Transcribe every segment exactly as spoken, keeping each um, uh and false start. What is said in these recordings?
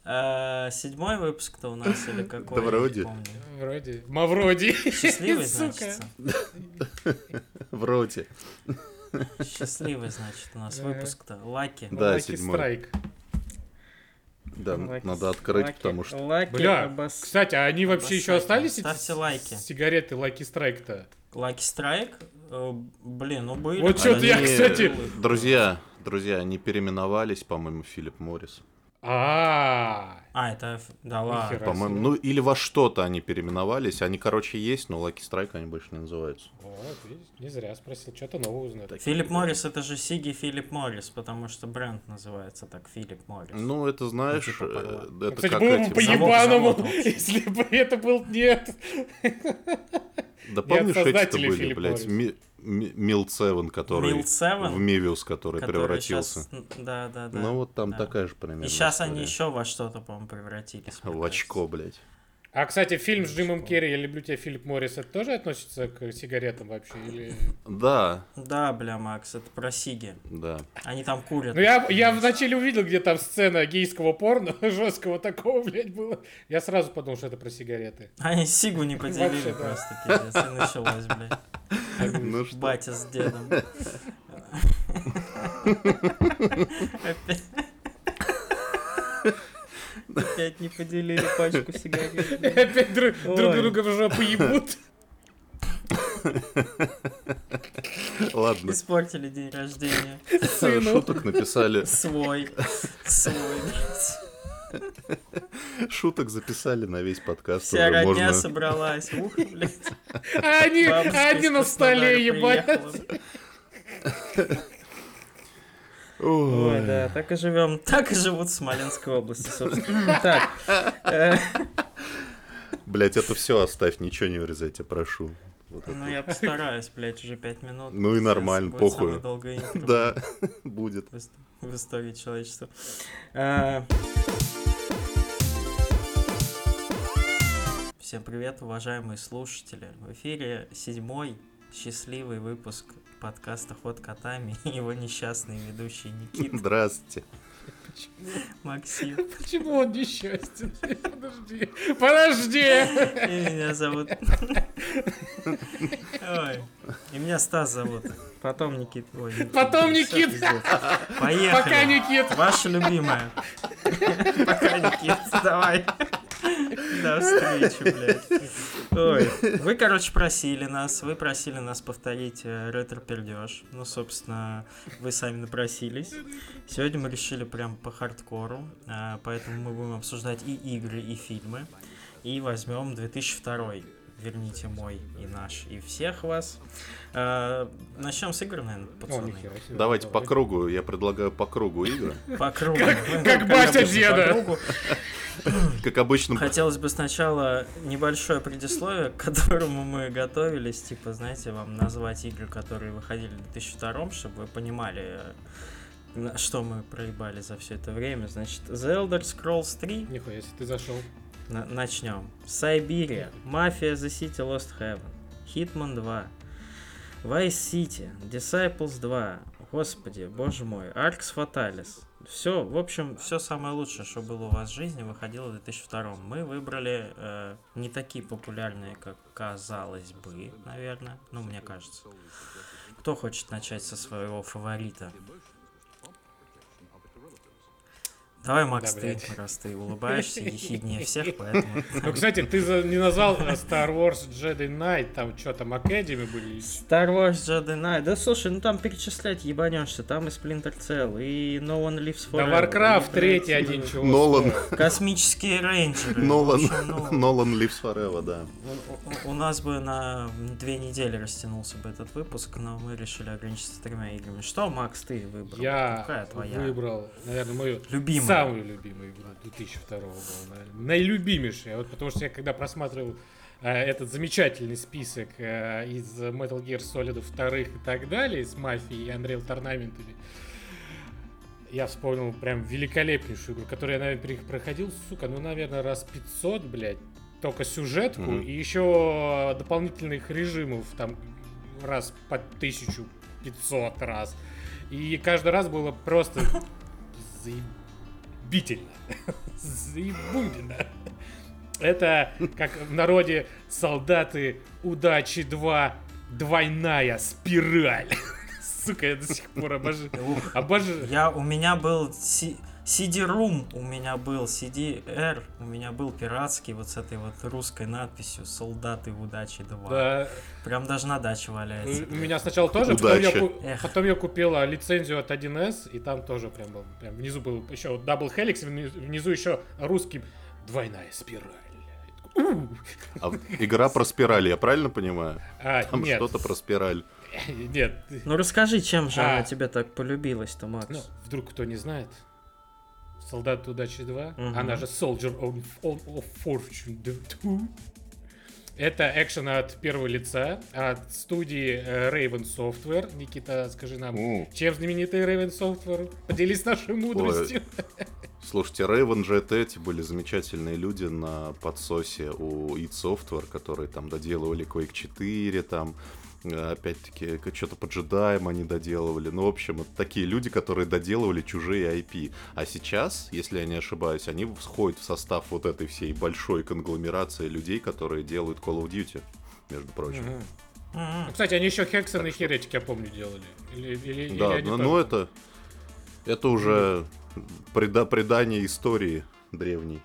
Э, Седьмой выпуск-то у нас или какой? Да вроде. Вроде. Мавроди. Счастливый, Сука. значит. Вроде. Счастливый, значит, у нас выпуск-то. Лаки. Да, Lucky седьмой. Strike. Да, Лаки- надо открыть, Лаки- потому что... Лаки Бля, обос- кстати, а они вообще еще обоссать. остались, эти Ставьте лайки. с- сигареты Lucky Strike-то? Лаки Страйк? Э, Блин, ну были. Вот чё-то я, Они, кстати- Друзья, друзья, они переименовались, по-моему, Филипп Моррис. А, А, это... ф- Да ладно. Нихера. По-моему, ну или во что-то они переименовались. Они, короче, есть, но Lucky Strike они больше не называются. вот, видишь, не зря спросил, что-то новое узнал. Филипп Моррис это же Сиги Филипп Моррис, потому что бренд называется так, Филипп Моррис. Ну, это знаешь, Ну, типа, э, по- это Кстати, как было бы эти... по-ебаному, завод, завод. если бы это был нет. Да помнишь, эти-то создателей были, Филипп блядь, Моррис. Милт Севен, который... Милт Севен? В Мивиус, который, который превратился. щас- Да, да, да. Ну, вот там да. такая же примерно И сейчас история. они еще во что-то, по-моему, превратились. мне В очко, блядь. А, кстати, фильм с Джимом Керри «Я люблю тебя, Филипп Моррис» это тоже относится к сигаретам вообще? Или... Да, кажется. Да, бля, Макс, это про Сиги. да. Они там курят. Ну, я, я вначале увидел, где там сцена гейского порно, жесткого такого, блядь, было. Я сразу подумал, что это про сигареты. Они Сигу не поделили Вообще, да. просто, пиздец, и началось, блядь. Ну что? Батя с дедом. Опять- Опять не поделили пачку сигарет. Опять друг, друг Ой. друга в жопу ебут. Ладно, Испортили день рождения. Сыну. шуток написали. Свой. Свой, блядь. Шуток записали на весь подкаст. Вся Уже родня можно... собралась. Ух, блядь. А они, Бабушка а они из на столе, Краснодара ебать. приехала. Ой. Ой, да, так и живем. Так и живут в Смоленской области, собственно. Так. э, Блять, это все оставь, ничего не вырезай, я прошу. Вот это. Ну, я постараюсь, блядь, уже пять минут. Ну и нормально, Будет похуй. самое долгое интро Да, будет. в ис- в истории человечества. А, Всем привет, уважаемые слушатели. В эфире седьмой счастливый выпуск подкаста «Ход котами» и его несчастные ведущие Никита, Здравствуйте. Максим. Почему он несчастен? Подожди. Подожди. И меня зовут... Ой. И меня Стас зовут. Потом Никит. Ой, Никита. Потом Всё, Никит. пиздец. Поехали. Пока, Никит. Ваша любимая. Пока, Никит. Давай. До встречи, блядь. Ой. Вы, короче, просили нас. Вы просили нас повторить э, ретро-пердеж. Ну, собственно, вы сами напросились. Сегодня мы решили прям по хардкору. э, Поэтому мы будем обсуждать и игры, и фильмы. И возьмем две тысячи второй. Верните мой и наш, и всех вас. Э, Начнем с игр, наверное, О, пацаны. нихера себе. Давайте по Давай. кругу. Я предлагаю по кругу игры. По кругу. Как- как батя обычно, деда. по кругу. Как обычно. Хотелось бы сначала небольшое предисловие, к которому мы готовились. Типа, знаете, вам назвать игры, которые выходили в две тысячи втором, чтобы вы понимали, э, на что мы проебали за все это время. Значит, The Elder Scrolls три. Нихуя, если ты зашел. На- начнем. Сайбирия, Mafia The City Lost Heaven, Hitman два, Vice City, Disciples два, господи, боже мой, Arx Fatalis. Все, в общем, все самое лучшее, что было у вас в жизни, выходило в две тысячи втором. Мы выбрали э, не такие популярные, как казалось бы, наверное, ну, мне кажется. Кто хочет начать со своего фаворита? Давай, Макс, Да, ты, блядь. раз ты улыбаешься, ехиднее всех, поэтому... Ну, кстати, ты за- не назвал Star Wars Jedi Knight, там что, там Academy были? Star Wars Jedi Knight. Да слушай, ну там перечислять ебанешься. Там и Splinter Cell, и No One Lives Да Forever. Warcraft и, третий блядь, один чего Нолан. стоит. Космические рейнджеры. Нолан. В общем, ну, Нолан Lives Forever, да. у, у- у нас бы на две недели растянулся бы этот выпуск, но мы решили ограничиться тремя играми. Что, Макс, ты выбрал? Какая Я твоя? выбрал, наверное, мою Любимая. самую любимую игру две тысячи второго года, наверное. Наилюбимейшая. Вот потому что я когда просматривал э, этот замечательный список э, из Metal Gear Solid вторых и так далее, с Мафией и Unreal Tournament, я вспомнил прям великолепнейшую игру, которую я, наверное, пере- проходил, сука, ну, наверное, раз пятьсот, блядь. Только сюжетку Мгм. и еще дополнительных режимов там раз по тысячу пятьсот раз. И каждый раз было просто заебительно. Заебудина. Это, как в народе, солдаты удачи два, двойная спираль. Сука, я до сих пор обожаю. Обожаю. Я, у меня был си, си ди-рум, у меня был си ди-эр, у меня был пиратский вот с этой вот русской надписью «Солдаты удачи два». Да. Прям даже на даче валяется. У меня сначала тоже, потом я, Удачи. ку- Эх. потом я купила лицензию от один эс, и там тоже прям был, прям внизу был еще вот Double Helix, внизу, внизу еще русским двойная спираль. У! А игра про спираль, я правильно понимаю? А, Там нет, что-то про спираль. нет. Ну расскажи, чем же А. она тебе так полюбилась-то, Макс? Ну, вдруг кто не знает. Солдат удачи два, Мгм. она же Soldier of, of, of Fortune два. Это экшен от первого лица, от студии э, Raven Software. Никита, скажи нам, М. чем знаменитый Raven Software? Поделись нашей мудростью. Слушайте, Raven же это эти были замечательные люди на подсосе у id Software, которые там доделывали Quake четыре, там э, опять-таки что-то по джедаям они доделывали. Ну, в общем, это такие люди, которые доделывали чужие ай пи. А сейчас, если я не ошибаюсь, они входят в состав вот этой всей большой конгломерации людей, которые делают Call of Duty, между прочим. Мгм. М-м. Кстати, они еще Hexen и что- Heretic, я помню, делали. Или, или, или Да, они ну, тоже? ну это, это уже преда- предание истории древней.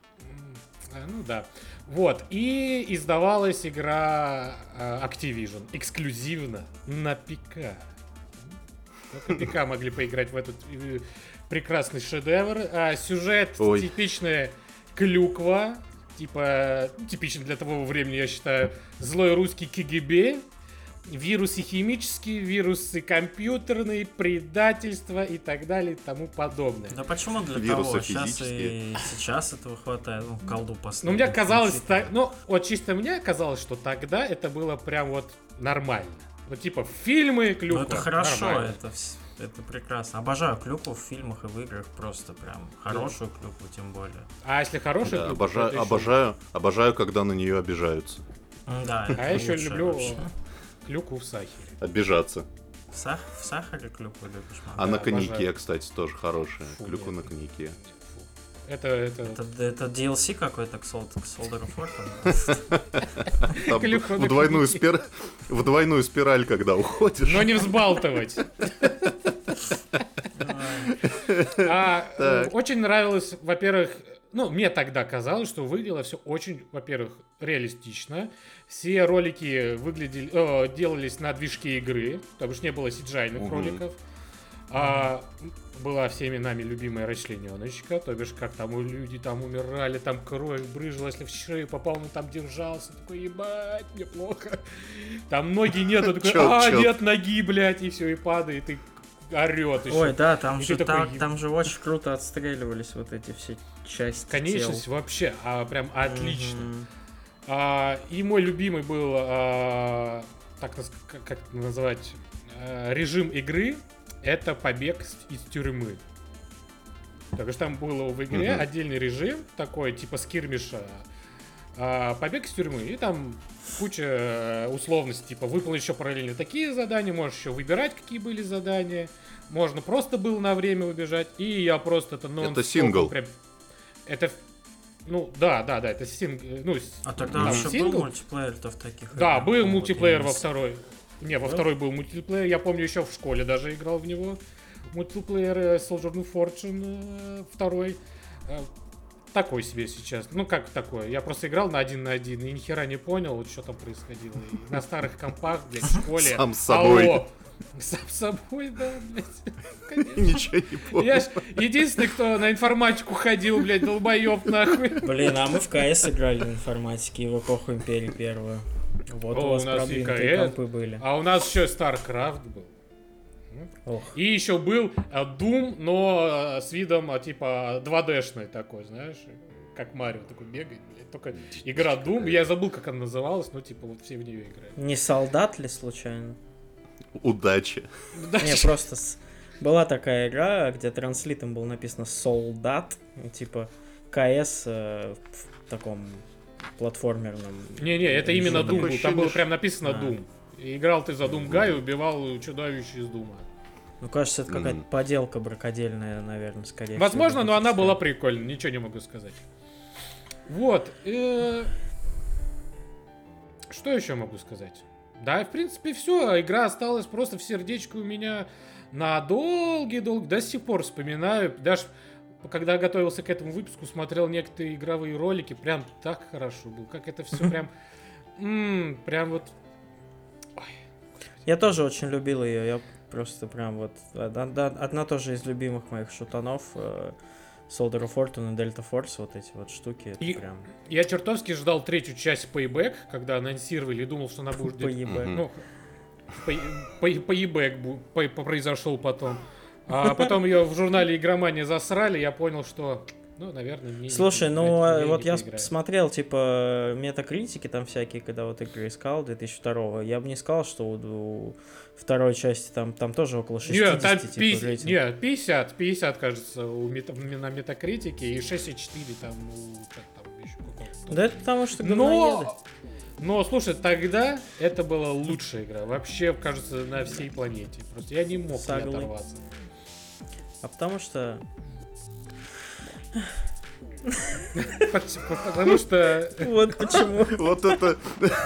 А, ну да. Вот. И издавалась игра э, Activision эксклюзивно на ПК. Только ПК могли поиграть в этот э, прекрасный шедевр. А сюжет Ой. типичная клюква. Типа, ну, типичный для того времени, я считаю, злой русский КГБ. Вирусы химические, вирусы компьютерные, предательство и так далее и тому подобное. Да почему для Вирусы того? Сейчас физические. и сейчас этого хватает. Ну, колду поставить. Ну, мне казалось, так, ну, вот чисто мне казалось, что тогда это было прям вот нормально. Вот типа фильмы, Ну клюква. это хорошо, нормально. это, вс- это прекрасно. Обожаю клюкву в фильмах и в играх, просто прям хорошую клюкву тем более. А если хорошая Да, клюква, то обожаю, это еще- обожаю, обожаю, когда на нее обижаются. М, Да, А это я еще лучше люблю вообще. клюкву в сахаре. Обижаться. В, сах- в сахаре клюкву любишь, Макс? А Да, на коньяке, обожаю. кстати, тоже хорошая. Фу, Клюква нет. на коньяке. Фу. Это, это... Это, это ди эл си какой-то к Sol- к Soldier of Fortune? Там Клюква в, на двойную коньяке. спир... в двойную спираль, когда уходишь. Но не взбалтывать. А, э, Так. Очень нравилось, во-первых, ну, мне тогда казалось, что выглядело все очень, во-первых, реалистично. Все ролики выглядели, э, делались на движке игры, потому что не было си джи ай-ных Мгм. роликов. А, была всеми нами любимая расчлененочка, то бишь, как там у- люди там умирали, там кровь брызжила, если в шею попал, он там держался, такой, ебать, мне плохо. Там ноги нету, такой, Чё, а, чё? нет ноги, блядь, и все, и падает, и орет еще. Ой, да, там И же, ты такой, там, там же очень круто отстреливались вот эти все части Конечность тел. вообще, а, прям отлично. Мгм. А, и мой любимый был, а, так наз- как, как это называть, а, режим игры. Это побег с- из тюрьмы. Так что там было в игре Мгм. отдельный режим, такой типа скирмиша. а, побег из тюрьмы. И там куча э, условностей. Типа выполнить еще параллельно такие задания, можешь еще выбирать, какие были задания. Можно просто было на время убежать. И я просто это нон-стопом сингл. прям- Это, ну, да, да, да, это сингл. Ну, с- А тогда там еще был сингл. мультиплеер-то в таких Да, играх? был Вот мультиплеер именно во с- второй. Не, во Да? второй был мультиплеер. Я помню, еще в школе даже играл в него. Мультиплеер э, Soldier of Fortune э, второй. Э, Такой себе сейчас. Ну, как такое? Я просто играл на один на один и ни хера не понял, вот что там происходило. И на старых компах, блядь, в школе. Сам с собой. Алло. Сам с собой, да, блядь. Конечно. Ничего не понял. Я ж единственный, кто на информатику ходил, блядь, долбоеб нахуй. Блин, а мы в КС играли в информатике и в эпоху Империи первую. Вот О, у вас у нас и продвинутые КС. компы были. А у нас еще StarCraft был. Ох. И еще был э, Doom, но э, с видом э, типа два дэ-шный такой, знаешь, как Марио такой бегает, блядь. Только игра Doom, я забыл, как она называлась, но типа вот все в нее играют. Не солдат ли случайно? Удачи. Да, Не, просто с- была такая игра, где транслитом было написано солдат, ну, типа КС э, в таком платформерном. Не-не, это именно режиме. Doom был, там ощущение, было что- прям написано А. Doom. И играл ты за Doom Гай и убивал чудовище из Дума. Ну, кажется, это какая-то М. поделка бракодельная, наверное, скорее Возможно, всего. но она была прикольная, ничего не могу сказать. Вот. э, Что еще могу сказать? Да, в принципе, все. Игра осталась просто в сердечко у меня на долгий-долгий. До сих пор вспоминаю. Даже когда готовился к этому выпуску, смотрел некоторые игровые ролики. Прям так хорошо было. Как это все прям... м, Прям вот... Я тоже очень любил ее. Я просто прям вот... Одна, одна тоже из любимых моих шутанов. э, Soldier of Fortune и Delta Force, вот эти вот штуки. Это И- прям... Я чертовски ждал третью часть Payback, когда анонсировали, и думал, что она будет... Поебать. Мгм. Ну, Payback бу- по- по- произошел потом. А потом ее в журнале Игромания засрали, я понял, что, ну, наверное, мне... не- Слушай, ну я а не вот я поиграю. смотрел, типа, метакритики там всякие, когда вот игры искал две тысячи второго. Я бы не сказал, что у, у второй части там, там тоже около шестидесяти, Нет, там типа, пятьдесят, рейтинг. нет, пятьдесят, пятьдесят, кажется, у мета- на метакритике, и шесть и четыре там, у, как там еще какого-то. Да это потому что говноеды. Но, но, слушай, тогда это была лучшая игра, вообще, кажется, на всей планете. Просто я не мог не Согласен. оторваться. А потому что... Потому что... Вот почему. Вот это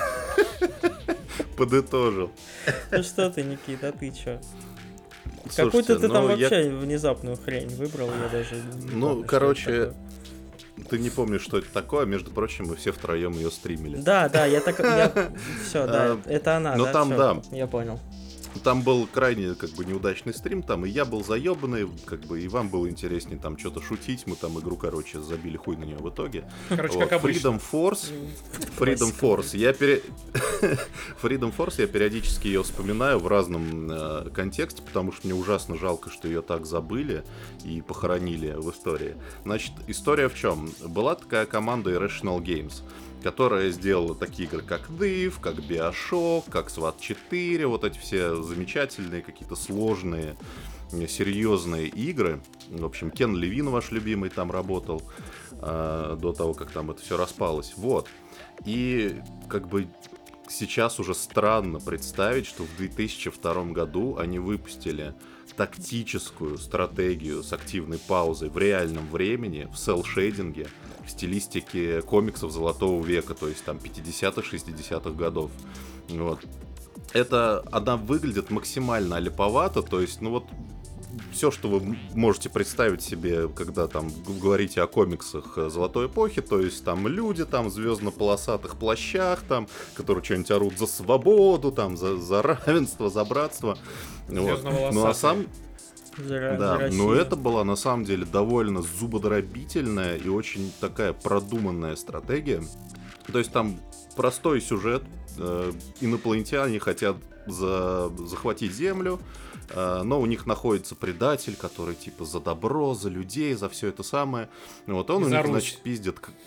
подытожил. Ну что ты, Никита, а ты чё? Слушайте, Какую-то ты там ну, я- вообще внезапную хрень выбрал, я даже не Ну, помню, что это короче, такое. Ты не помнишь, что это такое, между прочим, мы все втроем ее стримили. Да, да, я так... Все, да, А, это она, ну да, там, всё, да. я понял. Там был крайне, как бы, неудачный стрим, там и я был заебанный, как бы, и вам было интереснее там что-то шутить, мы там игру, короче, забили хуй на нее в итоге. Короче, Вот, как обычно. Freedom Force, Freedom Классика. Force, я пере... Freedom Force, я периодически ее вспоминаю в разном э, контексте, потому что мне ужасно жалко, что ее так забыли и похоронили в истории. Значит, история в чем? Была такая команда Irrational Games, которая сделала такие игры, как Div, как BioShock, как сват четыре, вот эти все замечательные, какие-то сложные, э, серьезные игры. В общем, Кен Левин, ваш любимый, там работал э, до того, как там это все распалось. Вот. И как бы сейчас уже странно представить, что в две тысячи втором году они выпустили тактическую стратегию с активной паузой в реальном времени, в селл-шейдинге, в стилистике комиксов Золотого века, то есть там пятидесятых, шестидесятых годов. Вот. Это, она выглядит максимально олиповато, то есть, ну вот, все, что вы можете представить себе, когда там говорите о комиксах Золотой эпохи, то есть там люди там в звездно-полосатых плащах, там, которые что-нибудь орут за свободу, там, за, за равенство, за братство. Вот. Ну а сам... За, Да, за но Россию. это была на самом деле довольно зубодробительная и очень такая продуманная стратегия. То есть там простой сюжет, э, инопланетяне хотят за, захватить Землю, э, но у них находится предатель, который типа за добро, за людей, за все это самое. Вот он И у за них, Русь. значит, пиздит... к-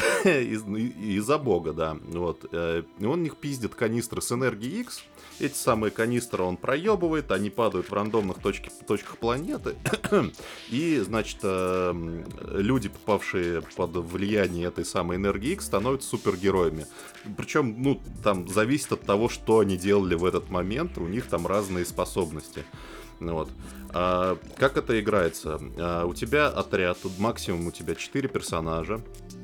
И и- и за бога, да. Вот. э, И он у них пиздит канистры с энергией X. Эти самые канистры он проебывает, они падают в рандомных точки- точках планеты. И, значит, э, люди, попавшие под влияние этой самой энергии X, становятся супергероями. Причем, ну, там зависит от того, что они делали в этот момент. У них там разные способности. Ну Вот. А, как это играется? А, у тебя отряд, тут максимум у тебя четыре персонажа.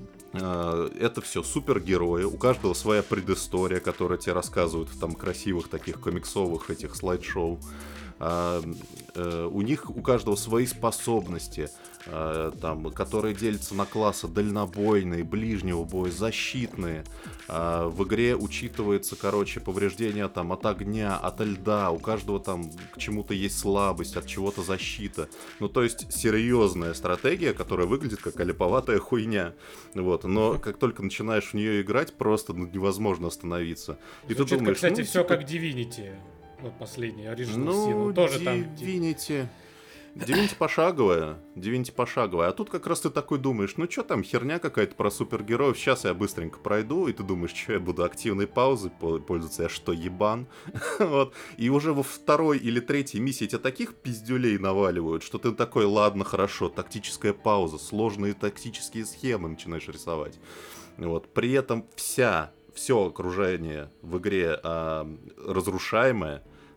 А, это все супергерои, у каждого своя предыстория, которая тебе рассказывают в там красивых таких комиксовых этих слайд-шоу. А, э, у них у каждого свои способности, а, там, которые делятся на классы дальнобойные, ближнего боя, защитные. А, в игре учитывается, короче, повреждения там от огня, от льда. У каждого там к чему-то есть слабость, от чего-то защита. Ну, то есть серьезная стратегия, которая выглядит как олиповатая хуйня. Вот. Но как только начинаешь в нее играть, просто ну, невозможно остановиться. И Звучит, ты думаешь, как, кстати, ну, все типа, как Divinity. Вот последний, Original ну, Sin. Тоже там... Divinity... Divinity пошаговая, Divinity пошаговая, а тут как раз ты такой думаешь, ну что там, херня какая-то про супергероев, сейчас я быстренько пройду, и ты думаешь, что я буду активной паузой пользоваться, я что, ебан? Вот, и уже во второй или третьей миссии тебе таких пиздюлей наваливают, что ты такой, ладно, хорошо, тактическая пауза, сложные тактические схемы начинаешь рисовать. Вот, при этом вся, все окружение в игре а, разрушаемое,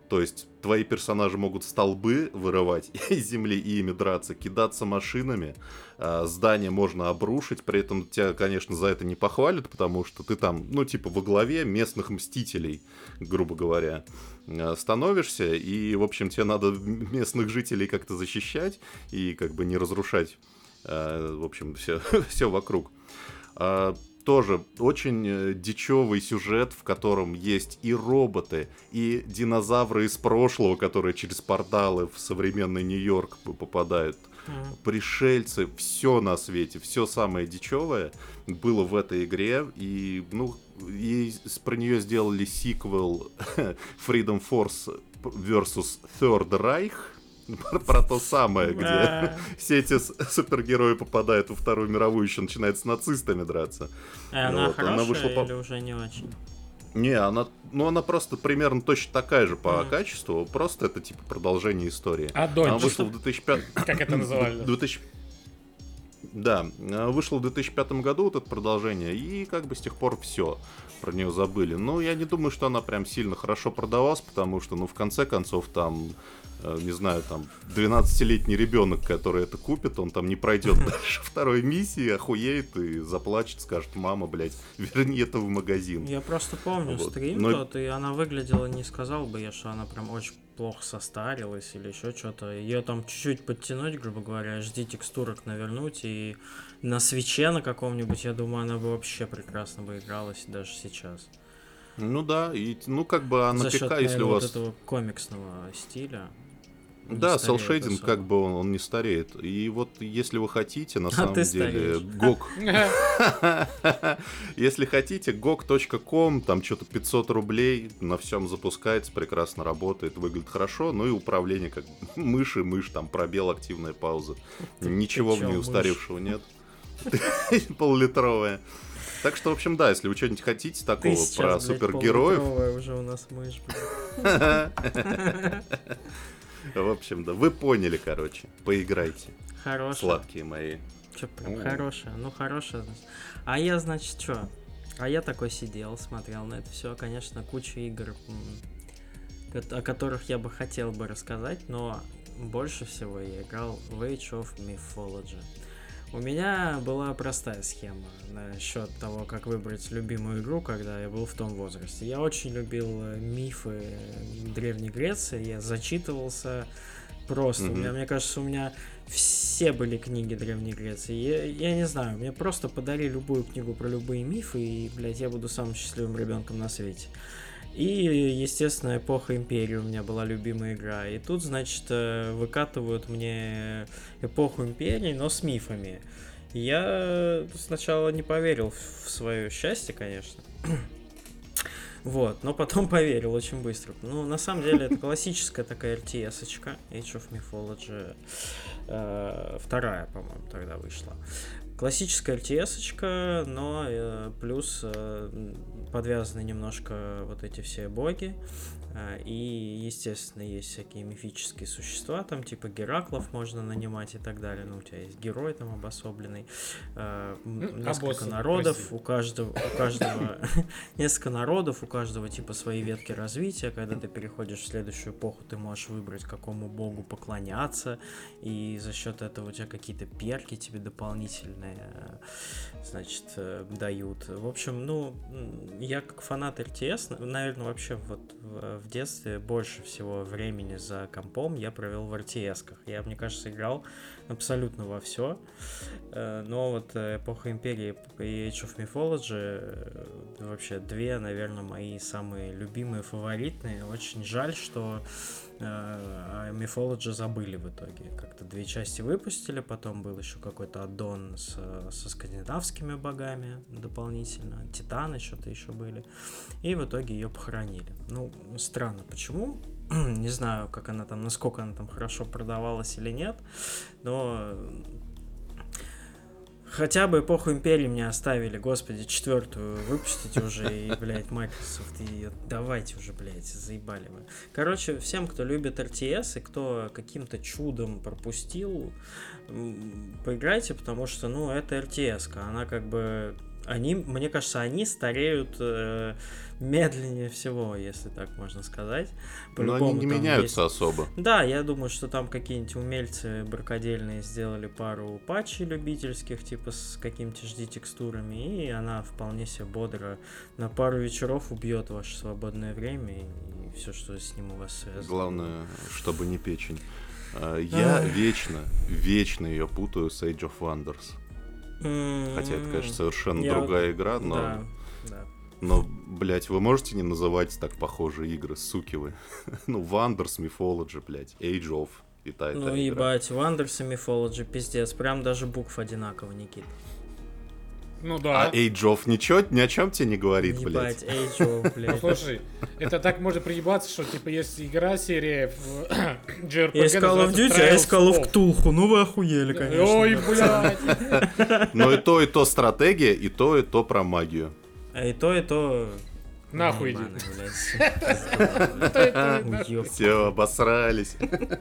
То есть твои персонажи могут столбы вырывать из земли и ими драться, кидаться машинами, здание можно обрушить, при этом тебя, конечно, за это не похвалят, потому что ты там, ну, типа, во главе местных мстителей, грубо говоря, становишься, и, в общем, тебе надо местных жителей как-то защищать и как бы не разрушать, в общем, все, все вокруг. Тоже очень дичевый сюжет, в котором есть и роботы, и динозавры из прошлого, которые через порталы в современный Нью-Йорк попадают. Mm. Пришельцы, все на свете, все самое дичевое было в этой игре. И, ну, и про нее сделали сиквел Freedom Force versus Third Reich. Про, про то самое, где yeah. все эти супергерои попадают во Вторую мировую, еще начинают с нацистами драться. А она вот. Хорошая она вышла или по... уже не очень? Не, она, ну она просто примерно точно такая же по mm. качеству, просто это типа продолжение истории. А дочь? Она вышла в две тысячи пятом... Как это называли? две тысячи... Да, вышла в две тысячи пятом году вот это продолжение, и как бы с тех пор все про нее забыли. Но я не думаю, что она прям сильно хорошо продавалась, потому что, ну, в конце концов, там... не знаю, там, двенадцатилетний ребенок, который это купит, он там не пройдет дальше второй миссии, охуеет и заплачет, скажет: мама, блядь, верни это в магазин. Я просто помню вот. Стрим Но... тот, и она выглядела, не сказал бы я, что она прям очень плохо состарилась или еще что-то. Ее там чуть-чуть подтянуть, грубо говоря, эйч ди текстурок навернуть, и на свитче на каком-нибудь, я думаю, она бы вообще прекрасно бы игралась даже сейчас. Ну да, и ну как бы а на ПК, если у вас... вот этого комиксного стиля. Да, селшейдинг как бы он, он не стареет. И вот если вы хотите, на а самом деле, гог... Если хотите, гог точка ком, там что-то пятьсот рублей, на всем запускается, прекрасно работает, выглядит хорошо, ну и управление как мышь и мышь, там пробел, активная пауза. Ничего в ней устаревшего нет. Поллитровая. Так что, в общем, да, если вы что-нибудь хотите такого сейчас, про блядь, супергероев... уже у нас мышь, В общем, да, вы поняли, короче. Поиграйте. Хорошая. Сладкие мои. Чё, прям хорошая? Ну, хорошая. А я, значит, что? А я такой сидел, смотрел на это все. Конечно, куча игр, о которых я бы хотел бы рассказать, но больше всего я играл в Age of Mythology. У меня была простая схема насчет того, как выбрать любимую игру, когда я был в том возрасте. Я очень любил мифы Древней Греции, я зачитывался просто. Mm-hmm. У меня, мне кажется, у меня все были книги Древней Греции. Я, я не знаю, мне просто подари любую книгу про любые мифы, и, блядь, я буду самым счастливым ребенком на свете. И, естественно, эпоха Империи у меня была любимая игра. И тут, значит, выкатывают мне эпоху Империи, но с мифами. Я сначала не поверил в свое счастье, конечно. Вот, но потом поверил очень быстро. Ну, на самом деле, это классическая такая эр ти эс-очка, Age of Mythology. Э, вторая, по-моему, тогда вышла. Классическая эр ти эс-очка, но э, плюс э, подвязаны немножко вот эти все боги. Э, и, естественно, есть всякие мифические существа, там типа Гераклов можно нанимать и так далее. Ну, у тебя есть герой там обособленный. Э, ну, несколько а народов, прости. у каждого, у каждого несколько народов, у каждого типа свои ветки развития. Когда ты переходишь в следующую эпоху, ты можешь выбрать, какому богу поклоняться. И за счет этого у тебя какие-то перки тебе дополнительные, значит, дают. В общем, ну, я как фанат эр ти эс, наверное, вообще вот в, в детстве больше всего времени за компом я провел в эр ти эс-ках. Я, мне кажется, играл абсолютно во все. Но вот эпоха Империи и Age of Mythology вообще две, наверное, мои самые любимые, фаворитные. Очень жаль, что о Mythology забыли в итоге. Как-то две части выпустили, потом был еще какой-то аддон с, со скандинавскими богами дополнительно, Титаны что-то еще были, и в итоге ее похоронили. Ну, странно, почему? Не знаю, как она там, насколько она там хорошо продавалась или нет, но хотя бы эпоху Империи мне оставили, господи, четвертую выпустите уже, и, блядь, Microsoft, и давайте уже, блядь, заебали вы. Короче, всем, кто любит эр ти эс и кто каким-то чудом пропустил, поиграйте, потому что, ну, это эр ти эс-ка, она как бы они, мне кажется, они стареют э, медленнее всего, если так можно сказать. Но они не меняются есть... особо. Да, я думаю, что там какие-нибудь умельцы бракодельные сделали пару патчей любительских, типа с какими-то эйч ди-текстурами, и она вполне себе бодро на пару вечеров убьет ваше свободное время и все, что с ним у вас связано. Главное, чтобы не печень. Я вечно, вечно ее путаю с Age of Wonders. Mm-hmm. Хотя это, конечно, совершенно Я... другая игра, но... Да, да. Но, блять, вы можете не называть так похожие игры, суки вы? Ну, Wonders, Mythology, блять, Age of и та, и та Ну, ебать, Wonders и Mythology, пиздец, прям даже букв одинаково, Никит. Ну да. А Age of ничего, ни о чем тебе не говорит, блядь. Ебать, Age of, блядь. Ну, слушай, это так можно приебаться, что, типа, есть игра, серия в джей ар пи джи. Есть Call of Duty, а есть Call of Cthulhu. Ну вы охуели, конечно. Ой, блядь. Но и то, и то стратегия, и то, и то про магию. А и то, и то... Нахуй иди. Все, обосрались.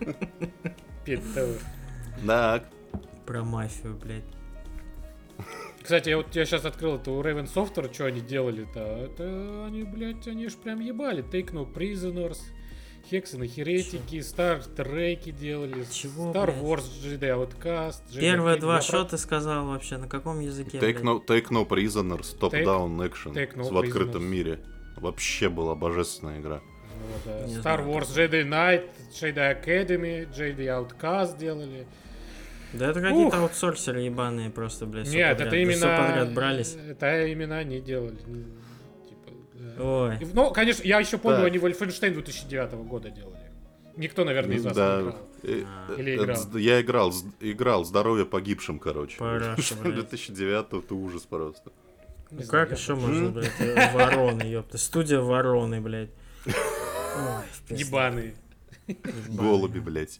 Так. Про мафию, блядь. Кстати, я вот я сейчас открыл это у Raven Software, что они делали-то. Это они, блядь, они ж прям ебали. Take No Prisoners, Hexen и Heretic, Star Trek делали. Чего, Star блядь? Wars, Jedi Outcast. Jedi Первые Knight. два, Я что про- ты сказал вообще? На каком языке, Take блядь? no, take no Prisoners, top-down action Take No в открытом Prisoners. мире. Вообще была божественная игра. Вот, да. Не Star знаю. Wars, Jedi Knight, Jedi Academy, Jedi Outcast делали. Да это какие-то аутсорсеры ебаные просто, блядь, всё Нет, подряд. это именно... Всё подряд брались. Это именно они делали. Типа, да. Ой. И, Ну, конечно, я еще помню, Так. они Wolfenstein две тысячи девятого года делали. Никто, наверное, из вас не Да. играл. Э, А. Или э, играл. з- Я играл, з- играл здоровье погибшим, короче. Параша, блядь. две тысячи девятого это ужас просто. Не Ну знаю, как я еще помню. можно, блядь, э, вороны, ёпта. Студия вороны, блядь. Ой, в пизду. Ебаные. Ебаные. Голуби, блядь.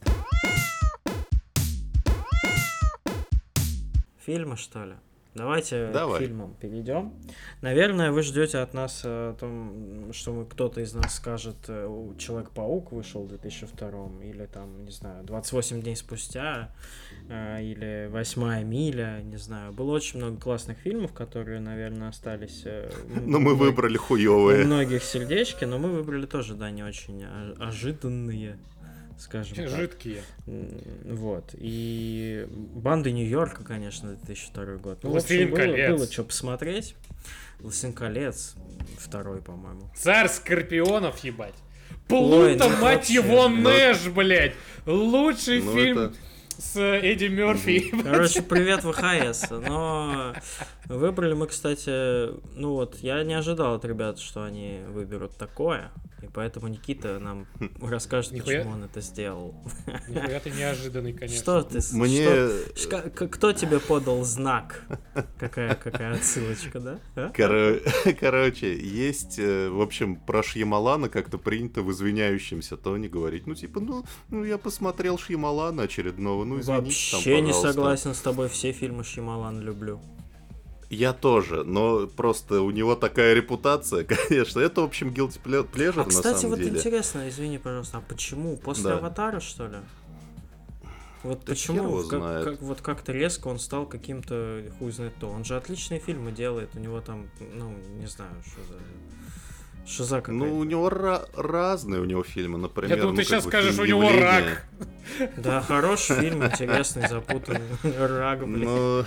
Фильмы, что ли? Давайте Давай. к фильмам перейдем. Наверное, вы ждете от нас э, о том, что мы, кто-то из нас скажет, э, у- Человек-паук вышел в две тысячи втором, или там, не знаю, двадцать восемь дней спустя, э, или Восьмая миля, не знаю. Было очень много классных фильмов, которые, наверное, остались... э, Но мы у- выбрали У хуёвые. многих сердечки, но мы выбрали тоже, да, не очень о- ожиданные, скажем так. Жидкие. М, Вот. И «Банды Нью-Йорка», конечно, две тысячи второй год. Ну, в «Властелин общем, было, колец». было что посмотреть. «Властелин колец» второй, по-моему. Царь Скорпионов, ебать. Ой, Плуто, ну мать вообще, его, ну- Нэш, блядь. Лучший Ну, фильм это- с Эдди Мерфи. Короче, привет, ВХС. Но выбрали мы, кстати, ну вот, я не ожидал от ребят, что они выберут такое. И поэтому Никита нам расскажет, Нихуя. почему он это сделал. Нихуя ты неожиданный, конечно. Что ты... с- Мне... что- ш- к- Кто тебе подал знак? Какая, какая отсылочка, да? А? Коро- Короче, есть, э, в общем, про Шьямалана как-то принято в извиняющемся тоне говорить. Ну, типа, ну, ну я посмотрел Шьямалана очередного, ну, извините там, Вообще не пожалуйста. согласен с тобой, все фильмы Шьямалана люблю. Я тоже, но просто у него такая репутация, конечно. Это, в общем, guilty ple- pleasure А, на кстати, самом вот деле. интересно, извини, пожалуйста, а почему? После Да. «Аватара», что ли? Вот Да хер почему? его Как, знает. как- вот как-то резко он стал каким-то, хуй знает то. Он же отличные фильмы делает, у него там, ну, не знаю, что за... Шиза какая-то. Ну, у него ра- разные у него фильмы, например. Я думал, ну, ты как сейчас бы скажешь, у фильм него «Явление». рак. Да, хороший фильм, интересный, запутанный. Рак, блин. Ну,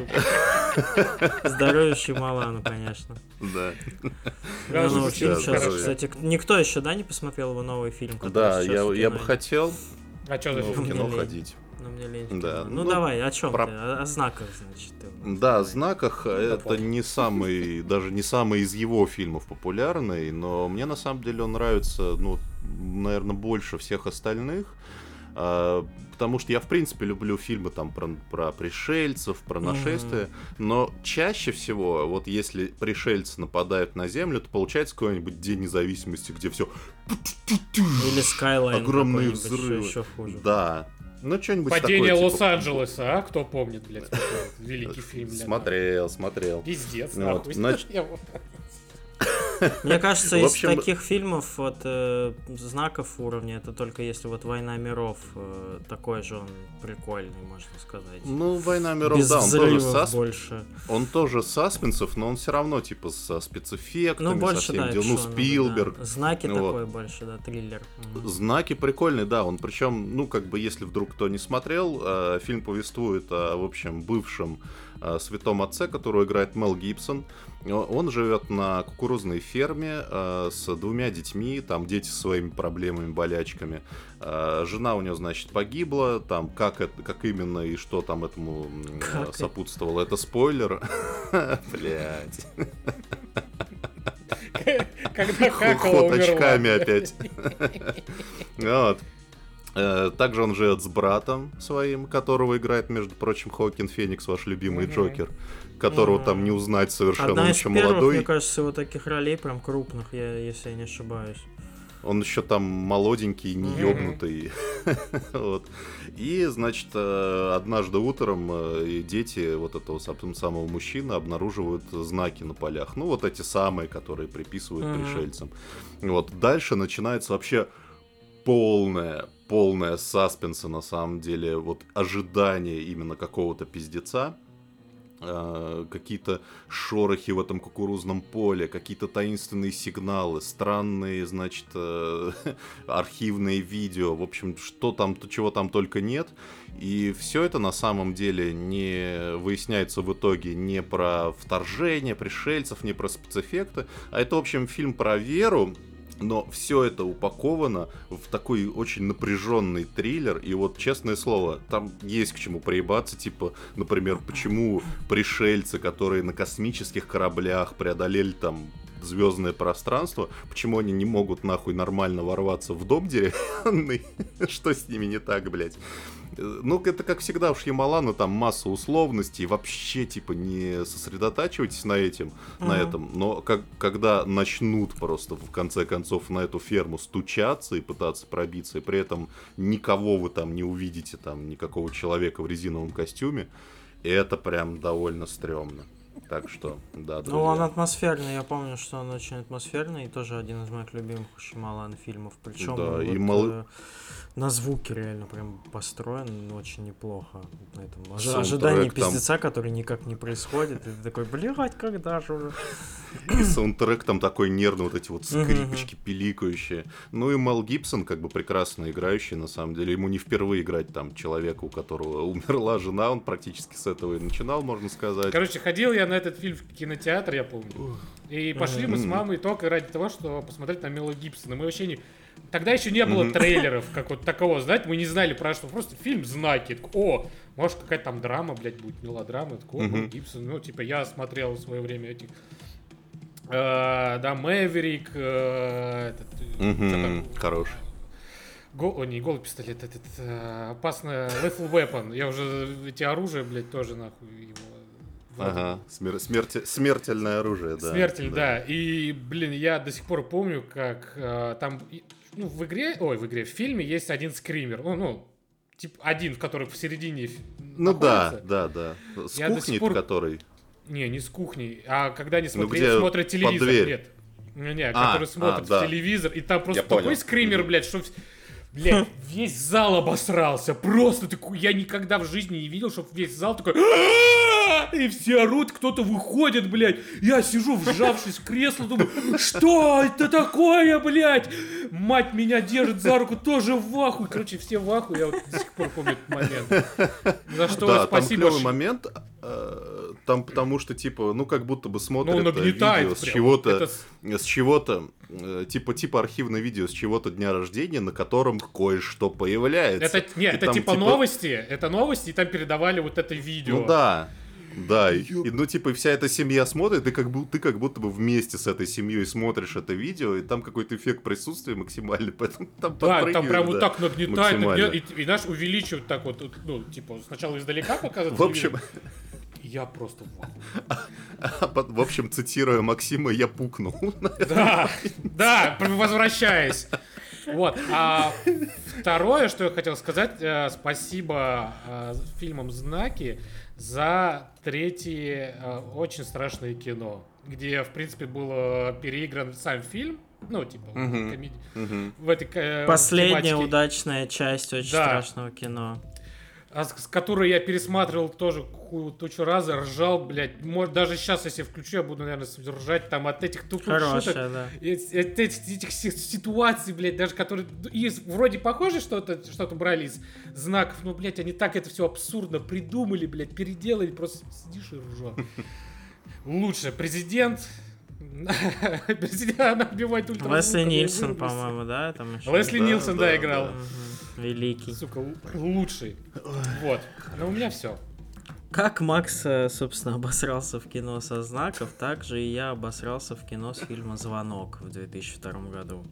Сука. Здоровье Шьямалану, конечно. да. Да, Ну, звучит новый фильм сейчас, хорошо. кстати, никто еще, да, не посмотрел его новый фильм? который Да, сейчас я, в я кино? бы хотел А что за ну, в фильм? Мне кино лень. ходить. Ну, мне лень. в Да, кино. Ну, ну, давай, о чем про- ты? О, о знаках, значит. Ты. Да, Давай. «Знаках» — это понял. не самый, даже не самый из его фильмов популярный, но мне на самом деле он нравится, ну, наверное, больше всех остальных, а, потому что я, в принципе, люблю фильмы там про, про пришельцев, про нашествия, но чаще всего, вот если пришельцы нападают на Землю, то получается какой-нибудь День независимости, где все Или Skyline. огромные какой-нибудь, что взрывы. еще хуже. Да. Ну, что-нибудь Падение такое, типа, Лос-Анджелеса, а? Кто помнит, блядь, смотрел? Великий фильм, блядь. Смотрел, смотрел. Пиздец, Вот, нахуй. значит- Я вот- Мне кажется, В из общем- таких фильмов вот э, знаков уровня, это только если вот «Война миров», э, такой же он прикольный, можно сказать. Ну, «Война миров», Без да, он тоже, взрывов сасп... больше. он тоже саспенсов, но он все равно типа со спецэффектами, Ну, со больше, всем да, делом. Ну, экшоновый, Спилберг. да. Знаки Вот. такой больше, да, триллер. Мгм. Знаки прикольные, да. Он причем, ну, как бы, если вдруг кто не смотрел, э, фильм повествует о, в общем, бывшем э, святом отце, которого играет Мел Гибсон. О- Он живет на кукурузной ферме э, с двумя детьми, там дети со своими проблемами, болячками. Э, жена у него, значит, погибла, там, как, это, как именно и что там этому м, Как э, это? сопутствовало, это спойлер. Блять. Когда Хакала Ход умерла. очками блядь. опять. Вот. Э, Также он живет с братом своим, которого играет, между прочим, Хоакин Феникс, ваш любимый Мгм. Джокер, которого Мгм. там не узнать совершенно, Одна он из еще первых, молодой. мне кажется, вот таких ролей прям крупных, я, если я не ошибаюсь. Он еще там молоденький, не Мгм. ёбнутый. Вот. И, значит, э, однажды утром э, и дети вот этого сам- самого мужчины обнаруживают знаки на полях. Ну, вот эти самые, которые приписывают Мгм. пришельцам. Вот. Дальше начинается вообще полное, полное саспенса, на самом деле. Вот ожидание именно какого-то пиздеца. Э, какие-то шорохи в этом кукурузном поле, какие-то таинственные сигналы, странные, значит, э, архивные видео, в общем, что там, то- чего там только нет. И все это на самом деле не выясняется в итоге не про вторжение пришельцев, не про спецэффекты, а это, в общем, фильм про веру. Но все это упаковано в такой очень напряженный триллер. И вот, честное слово, там есть к чему проебаться. Типа, например, почему пришельцы, которые на космических кораблях преодолели там звездное пространство, почему они не могут нахуй нормально ворваться в дом деревянный? Что с ними не так, блядь? Ну, это как всегда у Шьямалана, там масса условностей, вообще, типа, не сосредотачивайтесь на этим, на Мгм. этом, но как, когда начнут просто, в конце концов, на эту ферму стучаться и пытаться пробиться, и при этом никого вы там не увидите, там, никакого человека в резиновом костюме, это прям довольно стрёмно. Так что, да, друзья. Ну, он атмосферный, я помню, что он очень атмосферный, и тоже один из моих любимых Шьямалана фильмов. Причем Да, он и вот, мал- э, на звуке реально прям построен очень неплохо. На этом ожи- Саундтрек ожидании там. пиздеца, который никак не происходит. И ты такой, блядь, когда же уже? И саундтрек там такой нервный, вот эти вот Мгм, скрипочки пиликающие. Ну и Мел Гибсон, как бы прекрасно играющий, на самом деле. Ему не впервые играть там человека, у которого умерла жена, он практически с этого и начинал, можно сказать. Короче, ходил я на этот фильм в кинотеатр, я помню. И пошли мы с мамой только ради того, чтобы посмотреть на Мела Гибсона. Мы вообще не... Тогда еще не было Мгм. трейлеров, как вот такого, знаете, мы не знали про что. Просто фильм «Знаки». Такой, о, может какая-то там драма, блядь, будет, мелодрама. Такой, о, Мел Мгм. Гибсон. Ну, типа, я смотрел в свое время этих... э, да, Мэверик, э, этот, э, чё Мгм, там? хорош. Гол... О, не голый пистолет, этот э, опасная Lethal Weapon. Я уже эти оружия, блядь, тоже нахуй его. вроде Ага, смер- смерти- смертельное оружие, да. Смертель, да. И, блин, я до сих пор помню, как э, там, и- ну, в игре, ой, в игре, в фильме есть один скример. Ну, ну, типа один, который в середине ф- Ну да, находится. да, да. С Я до кухни, сих пор- который. Не, не с кухни, а когда они Ну, смотри- где смотрят под телевизор. дверь. Нет. Не, не, А, который смотрит а, да. в телевизор, и там просто Я такой понял. скример, Мгм. блядь, что... вс- Блядь, весь зал обосрался. Просто такой, я никогда в жизни не видел, чтобы весь зал такой... «А-а-а!» И все орут, кто-то выходит, блядь. Я сижу, вжавшись в кресло, думаю, что это такое, блядь? Мать меня держит за руку, тоже в ахуе. Короче, все в ахуе, я вот до сих пор помню этот момент. За что Да, там спасибо. клевый Ш- момент, э, там потому что, типа, ну как будто бы смотрят Ну, э, нагнетает видео с прям. чего-то, Это с- с чего-то, э, типа, типа архивное видео с чего-то дня рождения, на котором кое-что появляется. Это, не, И это там, типа новости, это новости, и там передавали вот это видео. Ну да, да, и, и, ну типа и вся эта семья смотрит, и как бы, ты как будто бы вместе с этой семьей смотришь это видео, и там какой-то эффект присутствия максимальный, поэтому там Да, там подпрыгивает, прям да, вот так нагнетает, максимально. нагнет- и, и наш увеличивают так вот, вот, ну, типа, сначала издалека показывают. В общем, я просто в ахуе. а под- в общем, цитируя Максима, я пукнул. Да, да, возвращаясь. Вот, а Второе, что я хотел сказать, э, спасибо э, фильмам «Знаки» за третье э, очень страшное кино, где, в принципе, был э, переигран сам фильм, ну, типа, Мгм. комеди- Мгм. в этой э, Последняя тематике, удачная часть очень Да. страшного кино. а с, с которой я пересматривал тоже какую тучу раз, ржал, блядь. Может, даже сейчас, если включу, я буду, наверное, ржать там от этих тупых шуток. Хорошая, да. И От от этих, этих си- ситуаций, блядь, даже которые и вроде похоже что-то, что-то брали из знаков, но, блядь, они так это все абсурдно придумали, блядь, переделали, просто сидишь и ржешь. Лучше президент. Президент, она убивает ультразвуком. Лесли я Нильсон, вырублюсь. по-моему, да? Там еще. Лесли Да, Нильсон, да, да, играл. да. Мгм. Великий. Сука, л- лучший. Вот. Но у меня все. Как Макс, э, собственно, обосрался в кино со знаков, так же и я обосрался в кино с фильма «Звонок» в две тысячи втором году.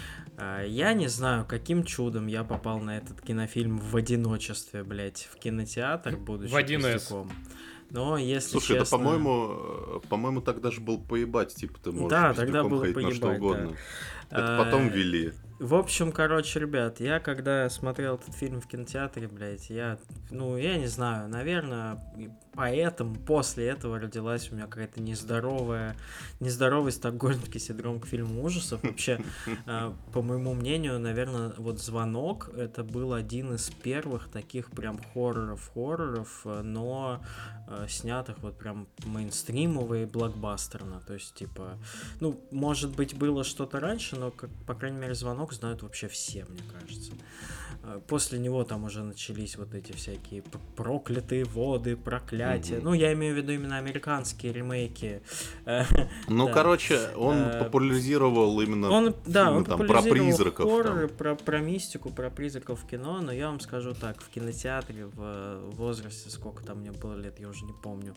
Э, Я не знаю, каким чудом я попал на этот кинофильм в одиночестве, блядь, в кинотеатр, будучи В один эс. пиздюком. Но, если Слушай, честно... это, по-моему, э, по-моему, тогда же был поебать, типа, ты можешь Да, пиздюком тогда было ходить на что поебать, угодно. Это А, потом ввели. В общем, короче, ребят, я когда смотрел этот фильм в кинотеатре, блядь, я, ну, я не знаю, наверное, и поэтому после этого родилась у меня какая-то нездоровая, нездоровый стокгольмский синдром к фильму ужасов. Вообще, э, по моему мнению, наверное, вот «Звонок» это был один из первых таких прям хорроров-хорроров, э, но э, снятых вот прям мейнстримово и блокбастерно. То есть, типа, ну, может быть, было что-то раньше, но, как, по крайней мере, «Звонок» знают вообще все, мне кажется. Э, После него там уже начались вот эти всякие п- проклятые воды, проклятия. Мгм. Ну, я имею в виду именно американские ремейки. Э, Ну, да. короче, он Э, популяризировал именно Он, да, фильмы он там про популяризировал призраков. хорроры, там. про, про мистику, про призраков в кино, но я вам скажу так, в кинотеатре в э, возрасте, сколько там мне было лет, я уже не помню,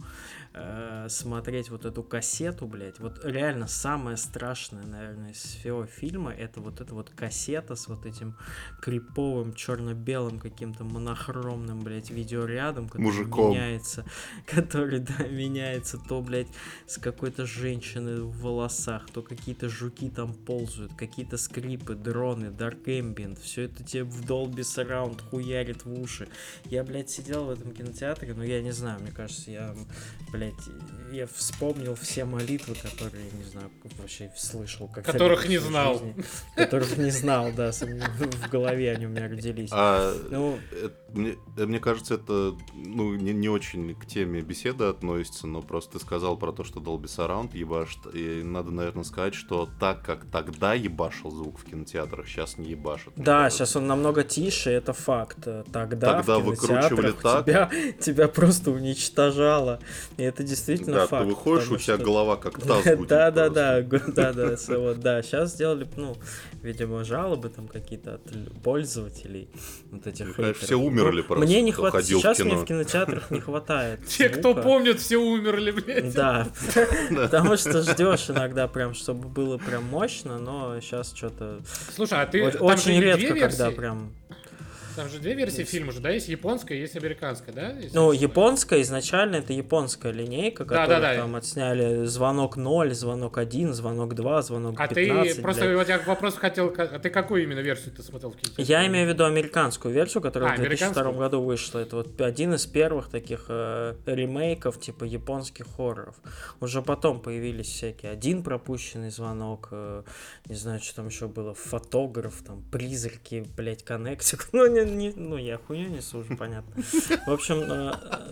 э, смотреть вот эту кассету, блядь, вот реально самое страшное, наверное, из всего фильма, это вот эта вот кассета с вот этим криповым черно-белым каким-то монохромным, блядь, видеорядом, который Мужиком. меняется, который, да, меняется то, блядь, с какой-то женщины в волосах, то какие-то жуки там ползают, какие-то скрипы, дроны, Dark Ambient, все это тебе в Dolby Surround хуярит в уши. Я, блядь, сидел в этом кинотеатре, но я не знаю, мне кажется, я, блядь, я вспомнил все молитвы, которые, не знаю, вообще слышал. Когда Которых не знал. жизни, которых не знал, да, сам- в голове они у меня родились. А, Ну, э, мне, э, мне кажется, это ну, не, не очень к теме беседы относится, но просто ты сказал про то, что Dolby Surround ебашит, и надо, наверное, сказать, что так как тогда ебашил звук в кинотеатрах, сейчас не ебашит. мне Да, кажется. сейчас он намного тише, это факт. Тогда, Тогда в выкручивали кинотеатрах так. тебя, тебя просто уничтожало. И это действительно Да, факт. ты выходишь, у потому тебя что- голова как таз гудит Да, да, просто. да, г- да, да, с- вот, да. Сейчас сделали, ну, видимо, жалобы там какие-то от л- пользователей, вот этих Мне кажется, хейтеров. все умерли Ну, просто, Мне не кто хватает. ходил в Сейчас мне кино. в кинотеатрах не хватает. Те, кто звука. помнит, все умерли, блядь. Да, потому что ждешь иногда прям, чтобы было прям мощно, но сейчас что-то Слушай, а ты... О- там же очень две редко, когда версии. прям. Там же две версии фильма же, да? Есть японская, есть американская, да? Если Ну, не ошибаюсь? японская, изначально это японская линейка, Да, которую да, да. там отсняли звонок ноль, звонок один, звонок два, звонок А пятнадцать. ты просто, блядь. вот я вопрос хотел, а ты какую именно версию ты смотрел в кинотеатре? Я имею в виду американскую версию, которая А, в две тысячи втором американскую? году вышла. Это вот один из первых таких э, ремейков, типа японских хорроров. Уже потом появились всякие один пропущенный звонок, э, не знаю, что там еще было, фотограф, там, призраки, блять, коннектик. Ну, не, не- ну, я хуйню несу, уже понятно. В общем, э,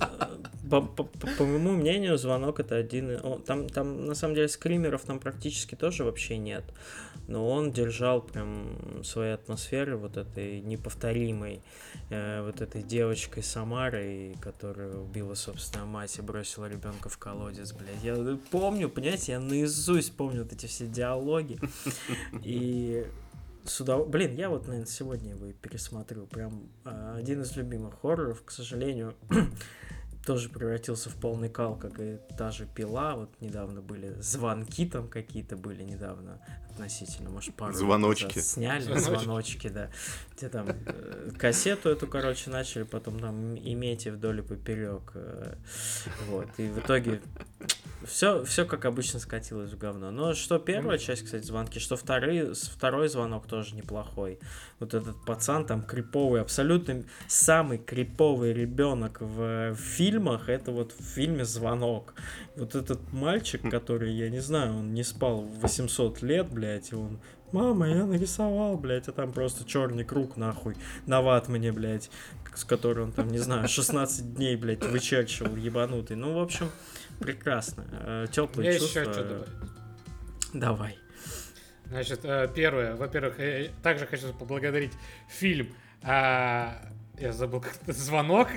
э, по, по- по- по моему мнению, звонок это один. и- о, Там, там, на самом деле, скримеров там практически тоже вообще нет. Но он держал прям своей атмосферы вот этой неповторимой, э, вот этой девочкой Самарой, которая убила собственную мать и бросила ребенка в колодец, блядь. Я помню, понимаете, я наизусть помню вот эти все диалоги. И с удов- Блин, я вот, наверное, сегодня его и пересмотрю. Прям э, один из любимых хорроров, к сожалению, тоже превратился в полный кал, как и та же «Пила». Вот недавно были звонки там какие-то были недавно относительно, может, пару лет Звоночки. назад сняли, Звоночки. звоночки, да. Где там э, кассету эту, короче, начали, потом там иметь вдоль и поперек. э, Вот. И в итоге все, все как обычно скатилось в говно. Но что первая часть, кстати, звонки, что второй, второй звонок тоже неплохой. Вот этот пацан там криповый, абсолютно самый криповый ребенок в, в фильмах, это вот в фильме «Звонок». Вот этот мальчик, который, я не знаю, он не спал восемьсот лет, блядь, и он... Мама, я нарисовал, блядь, а там просто черный круг, нахуй, на ватмане, блядь, с которой он там, не знаю, шестнадцать дней, блядь, вычерчивал, ебанутый. Ну, в общем, прекрасно. Теплые Я чувства. еще что добавить. Давай. Значит, э, первое, во-первых, я также хочу поблагодарить фильм. а, Я забыл, как это звонок.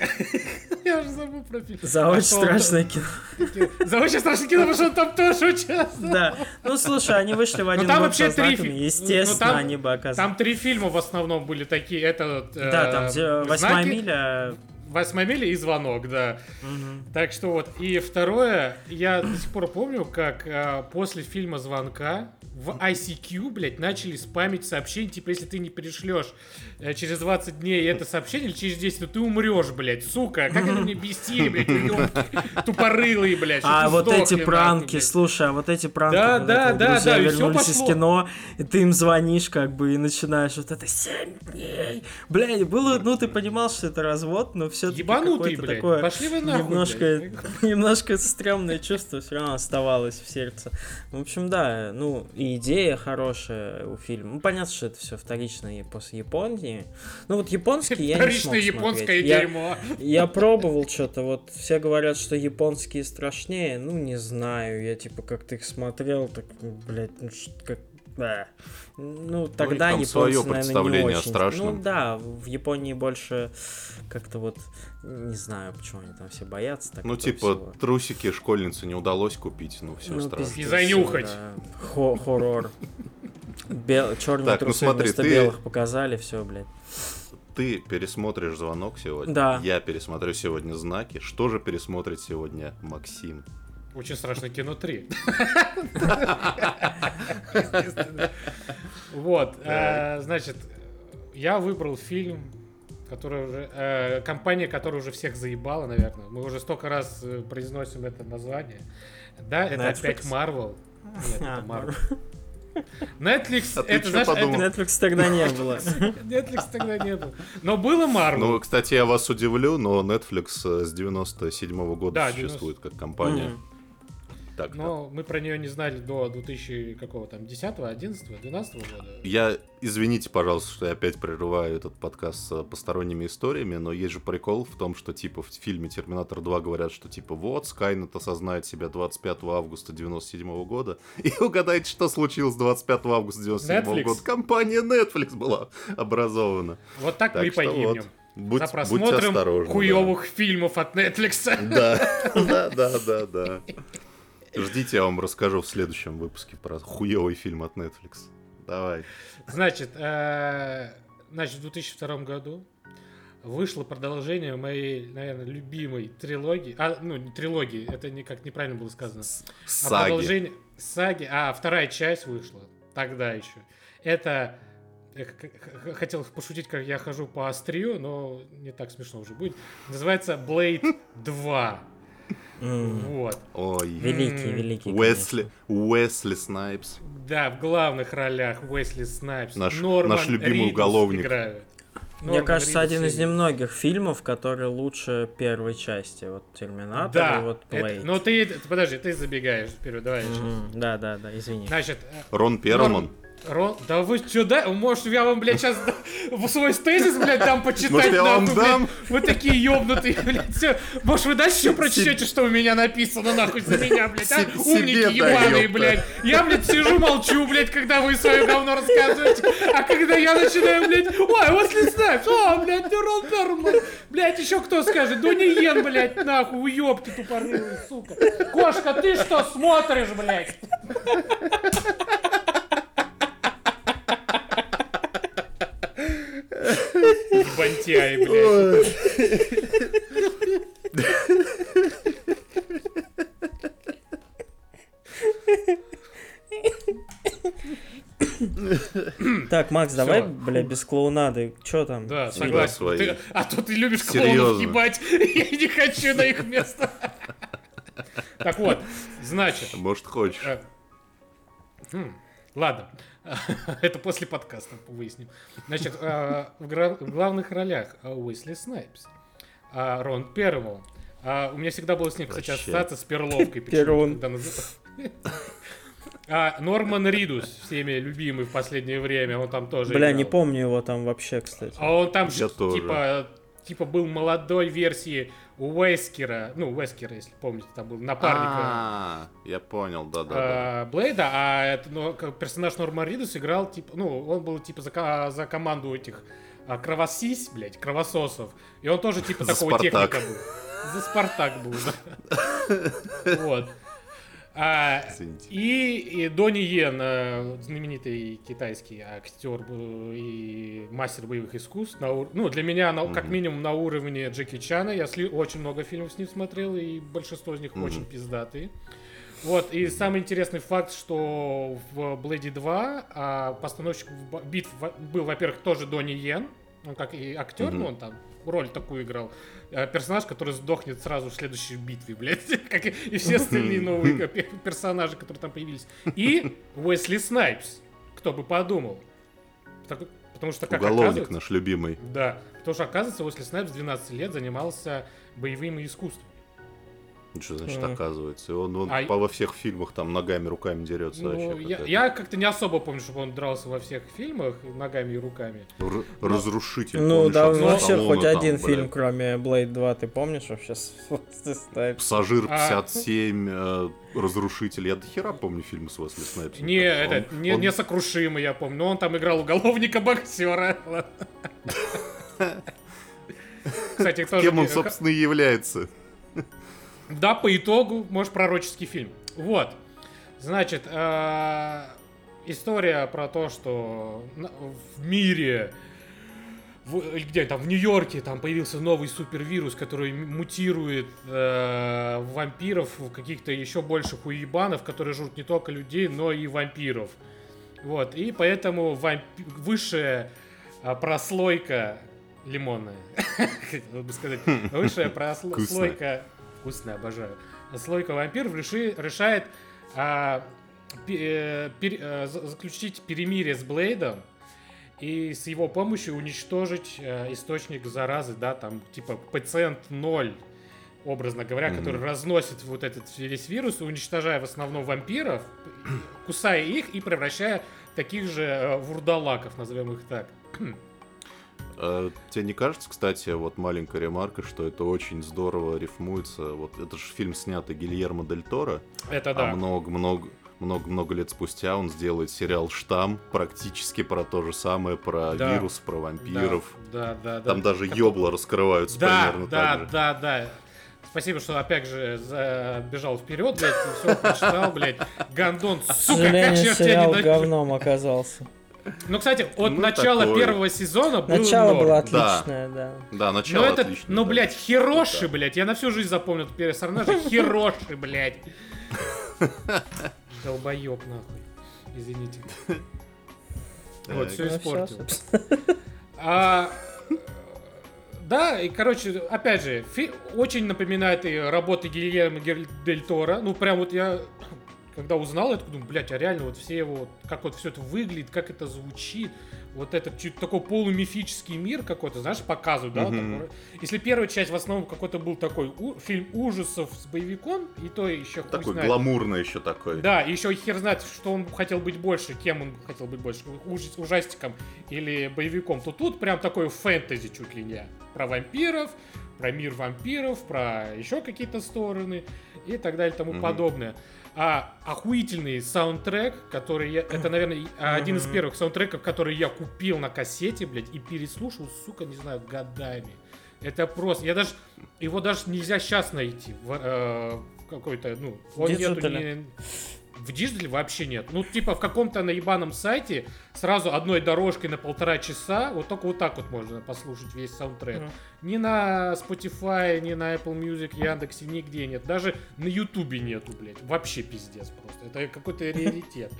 Я уже забыл про фильм. За очень страшное кино. За очень страшное кино, потому что он там тоже участвовал. Да. Ну, слушай, они вышли в один там год вообще со три знаками, фи- естественно, ну, там- они бы оказались. Там три фильма в основном были такие. Это вот, э, Да, там где «Восьмая «Знаки», миля». «Восьмая миля» и «Звонок», да. Мгм. Так что вот. И второе, я до сих пор помню, как э, после фильма «Звонка» в ай си кью, блядь, начали спамить сообщения, типа, если ты не перешлешь э, через двадцать дней это сообщение или через десять, то ты умрешь, блядь, сука. Как это мне бесили, блядь, уёбки, тупорылые, блядь. А что вот ты эти сдохли, пранки, нахуй, блядь. слушай, а вот эти пранки, Да, когда да, твои да, друзья да, и всё вернулись из пошло. кино, и ты им звонишь, как бы, и начинаешь вот это семь дней. Блядь, было, ну, ты понимал, что это развод, но все-таки Ебанутые, какое-то блядь. такое Пошли вы нахуй, немножко, блядь. немножко стрёмное чувство все равно оставалось в сердце. В общем, да, ну, и идея хорошая у фильма. Ну, понятно, что это все вторичное после Японии. Ну, вот японский я не смог Вторичное японское смотреть. Я- дерьмо. Я пробовал что-то, вот все говорят, что японские страшнее, ну не знаю, я типа как-то их смотрел, так, ну, блядь, ну ш- как, да. Ну тогда там японцы, своё наверное, не представление о очень. страшном. Ну да, в Японии больше как-то вот, не знаю, почему они там все боятся. Так Ну, этого типа, всего. трусики школьницы не удалось купить, ну, все Ну, страшно. пиздец, И занюхать. да. Хо- Хоррор. Бел... Черные Так, ну трусы смотри, вместо ты- белых показали, все, блядь. Ты пересмотришь «Звонок» сегодня? Да. Я пересмотрю сегодня «Знаки». Что же пересмотрит сегодня Максим? Очень страшное кино три. Вот, э, значит, я выбрал фильм, который уже, э, компания, которая уже всех заебала, наверное. Мы уже столько раз э, произносим это название. Да, это Netflix? опять Marvel. Нет, А, это Marvel. Netflix, А ты это, чё знаешь, подумал? это- Netflix тогда не было. Netflix тогда не было. Но было Marvel. Ну, кстати, я вас удивлю, но Netflix э, с девяносто седьмого года Да, существует как компания. Мгм. Так, Но мы про нее не знали до две тысячи какого там, десятого, одиннадцатого, двенадцатого года. Я, извините, пожалуйста, что я опять прерываю этот подкаст с посторонними историями, но есть же прикол в том, что, типа, в фильме «Терминатор два» говорят, что, типа, вот, Скайнет осознает себя двадцать пятого августа девяносто седьмого года, и угадайте, что случилось двадцать пятого августа девяносто седьмого Netflix. года. Компания Netflix была образована. Вот так, мы и Так что погибнем. вот, будь- За будьте просмотром осторожны. хуёвых фильмов от Netflix. Да, да, да, да, да. Ждите, я вам расскажу в следующем выпуске про хуёвый фильм от Netflix. Давай. Значит, э, значит, в две тысячи втором году вышло продолжение моей, наверное, любимой трилогии. А, ну, не трилогии, это никак неправильно было сказано. А Саги. продолжение саги. А, вторая часть вышла тогда еще. Это... Я х- х- хотел пошутить, как я хожу по острию, но не так смешно уже будет. Называется Blade два. М. Вот. Ой. Великий, М, великий. Уэсли, конечно. Уэсли Снайпс. Да, в главных ролях Уэсли Снайпс. Наш- Норман наш любимый Ридус уголовник. играют. Мне Норман кажется, Ридус один из и- немногих фильмов, который лучше первой части. Вот Терминатор Да, и вот это- Blade. но ты, ты- подожди, ты забегаешь вперед, давай. я щас. Мгм. Да, да, да, извини. Значит, э, Рон Перлман. Рон, да вы что, да? Может, я вам, блядь, сейчас в свой тезис, блядь, дам почитать, Может, я вам нахуй, блядь? дам? Вы такие ёбнутые, блядь, всё. Может, вы дальше еще прочтете, что у меня написано, нахуй, за меня, блядь, а? Се- Умники себе дай, ебаные, ёпта. блядь. Я, блядь, сижу, молчу, блядь, когда вы свое говно рассказываете. А когда я начинаю, блядь, ой, вот не знаешь, о, блядь, ты Рон Перлман. Блядь, еще кто скажет? Донни Йен, блядь, нахуй, уёбки тупорылые, сука. Кошка, ты что смотришь, блядь? Ебантяи, блядь. Так, Макс, давай, Всё. бля, без клоунады. Чё там? Да, Всегда согласен. свои. Ты- а то ты любишь клоунов Серьезно. ебать. Я не хочу на их место. Так вот, значит... Может, хочешь. э, хм, Ладно, это после подкаста выясним. Значит, э, в гра- в главных ролях э, Уэсли Снайпс, э, Рон Перривал. А, у меня всегда было с ним, кстати, Вообще. ассоциация с Перловкой. Перун. почему-то, когда наз- А, Норман Ридус, всеми любимый в последнее время, он там тоже Бля, играл. не помню его там вообще, кстати. А он там Я ж- тоже. типа, типа был молодой версии Уэскера, ну, Уэскера, если помните, там был напарник А, я понял, да-да-да. а, Блейда, а это, ну, как персонаж Норман Ридус играл, типа, ну, он был типа за, ко- за команду этих а, кровосись, блядь, кровососов, и он тоже типа За такого «Спартак». техника был. За Спартак был, да. Вот. А, Извините. и, и Донни Йен, э, знаменитый китайский актер э, и мастер боевых искусств. На ур- ну, для меня, она, как Мгм. минимум, на уровне Джеки Чана. Я сли- очень много фильмов с ним смотрел, и большинство из них Мгм. очень пиздатые. Вот, и самый интересный факт, что в Блэйде два а, постановщик в- битв во- был, во-первых, тоже Донни Йен, он как и актер, Мгм. ну, он там роль такую играл. А, персонаж, который сдохнет сразу в следующей битве, блядь, как и, и все остальные новые э, пе- персонажи, которые там появились. И Уэсли Снайпс, кто бы подумал. Так- потому что, как Уголовник оказывается... наш любимый. Да, потому что, оказывается, Уэсли Снайпс двенадцать лет занимался боевыми искусствами. Что значит Мгм. оказывается? И он, он А- по- во всех фильмах там ногами, руками дерется. Ну, вообще, я, как это. я как-то не особо помню, чтобы он дрался во всех фильмах ногами и руками. Р- Разрушитель. Ну, помнишь, да, от вообще Сталлоне хоть там, один блядь. фильм, кроме Блейд два, ты помнишь вообще? с Уэсли Снайпсом? Пассажир А- пятьдесят семь, э, Разрушитель. Я до хера помню фильмы с Уэсли Снайпсом. Не, Так, это, он- не, он- несокрушимый, я помню. Но он там играл уголовника-боксера. Кстати, тоже... Кем он, э, собственно, и является? Да, по итогу, может, пророческий фильм. Вот. Значит, э, история про то, что на- в мире, в- или где там, в Нью-Йорке, там появился новый супервирус, который м- мутирует э, вампиров, в каких-то еще больших уебанов, которые жрут не только людей, но и вампиров. Вот. И поэтому вампи- высшая а, прослойка лимонная, хотел бы сказать, высшая прослойка... Вкусно, обожаю. Слойка вампиров реши- решает а, пе- э, пере- э, за- заключить перемирие с Блейдом и с его помощью уничтожить э, источник заразы, да, там, типа, пациент ноль, образно говоря, Мгм. который разносит вот этот весь вирус, уничтожая в основном вампиров, кусая их и превращая в таких же э, вурдалаков, назовем их так. Э, Тебе не кажется, кстати, вот маленькая ремарка, что это очень здорово рифмуется? Вот это же фильм, снятый Гильермо Дель Торо, Это а да. много-много много-много лет спустя он сделает сериал «Штамм», практически про то же самое, про Да. вирус, про вампиров. Да, да, да. Там даже Как- ёбла раскрываются Да, примерно да, так же. да, да. Спасибо, что опять же забежал вперед, блядь, и все прочитал, блядь. Гандон, К сука, как сожалению, же я тебя сериал ненавижу. говном оказался. Ну, кстати, от Ну, начала такое. первого сезона было Начало норм. было Да. отличное, да. Да, Ну, начало это, отличное, ну, да. блядь, Хироши, Да. блядь, я на всю жизнь запомнил этот персонаж. Хироши, блядь. Долбоёб, нахуй. Извините. Вот, Так. все Ну, всё, испортил. собственно. А, да, и, короче, опять же, фи- очень напоминает и работы Гильермо Гель- Дель Торо. Ну, прям вот я, когда узнал, я такой думаю, блядь, а реально вот все его, вот, как вот все это выглядит, как это звучит, вот этот чуть такой полумифический мир какой-то, знаешь, показывают, да? Мгм. такой. Если первая часть в основном какой-то был такой у- фильм ужасов с боевиком, и то еще хуй Такой знает. гламурный еще такой. Да, и еще хер знает, что он хотел быть больше, кем он хотел быть больше, уж- ужастиком или боевиком, то тут прям такой фэнтези чуть ли не. Про вампиров, про мир вампиров, про еще какие-то стороны и так далее и тому Мгм. подобное. А охуительный саундтрек, который я... Это, наверное, и- один из Мгм. первых саундтреков, который я купил на кассете, блядь, и переслушал, сука, не знаю, годами. Это просто... Я даже... Его даже нельзя сейчас найти в, э, в какой-то, ну... Он нету Диджитале? ни- В диджитале вообще нет. Ну, типа, в каком-то наебаном сайте сразу одной дорожкой на полтора часа, вот только вот так вот можно послушать весь саундтрек. Мгм. Ни на Spotify, ни на Apple Music, Яндексе, нигде нет. Даже на Ютубе нету, блядь. Вообще пиздец просто. Это какой-то раритет.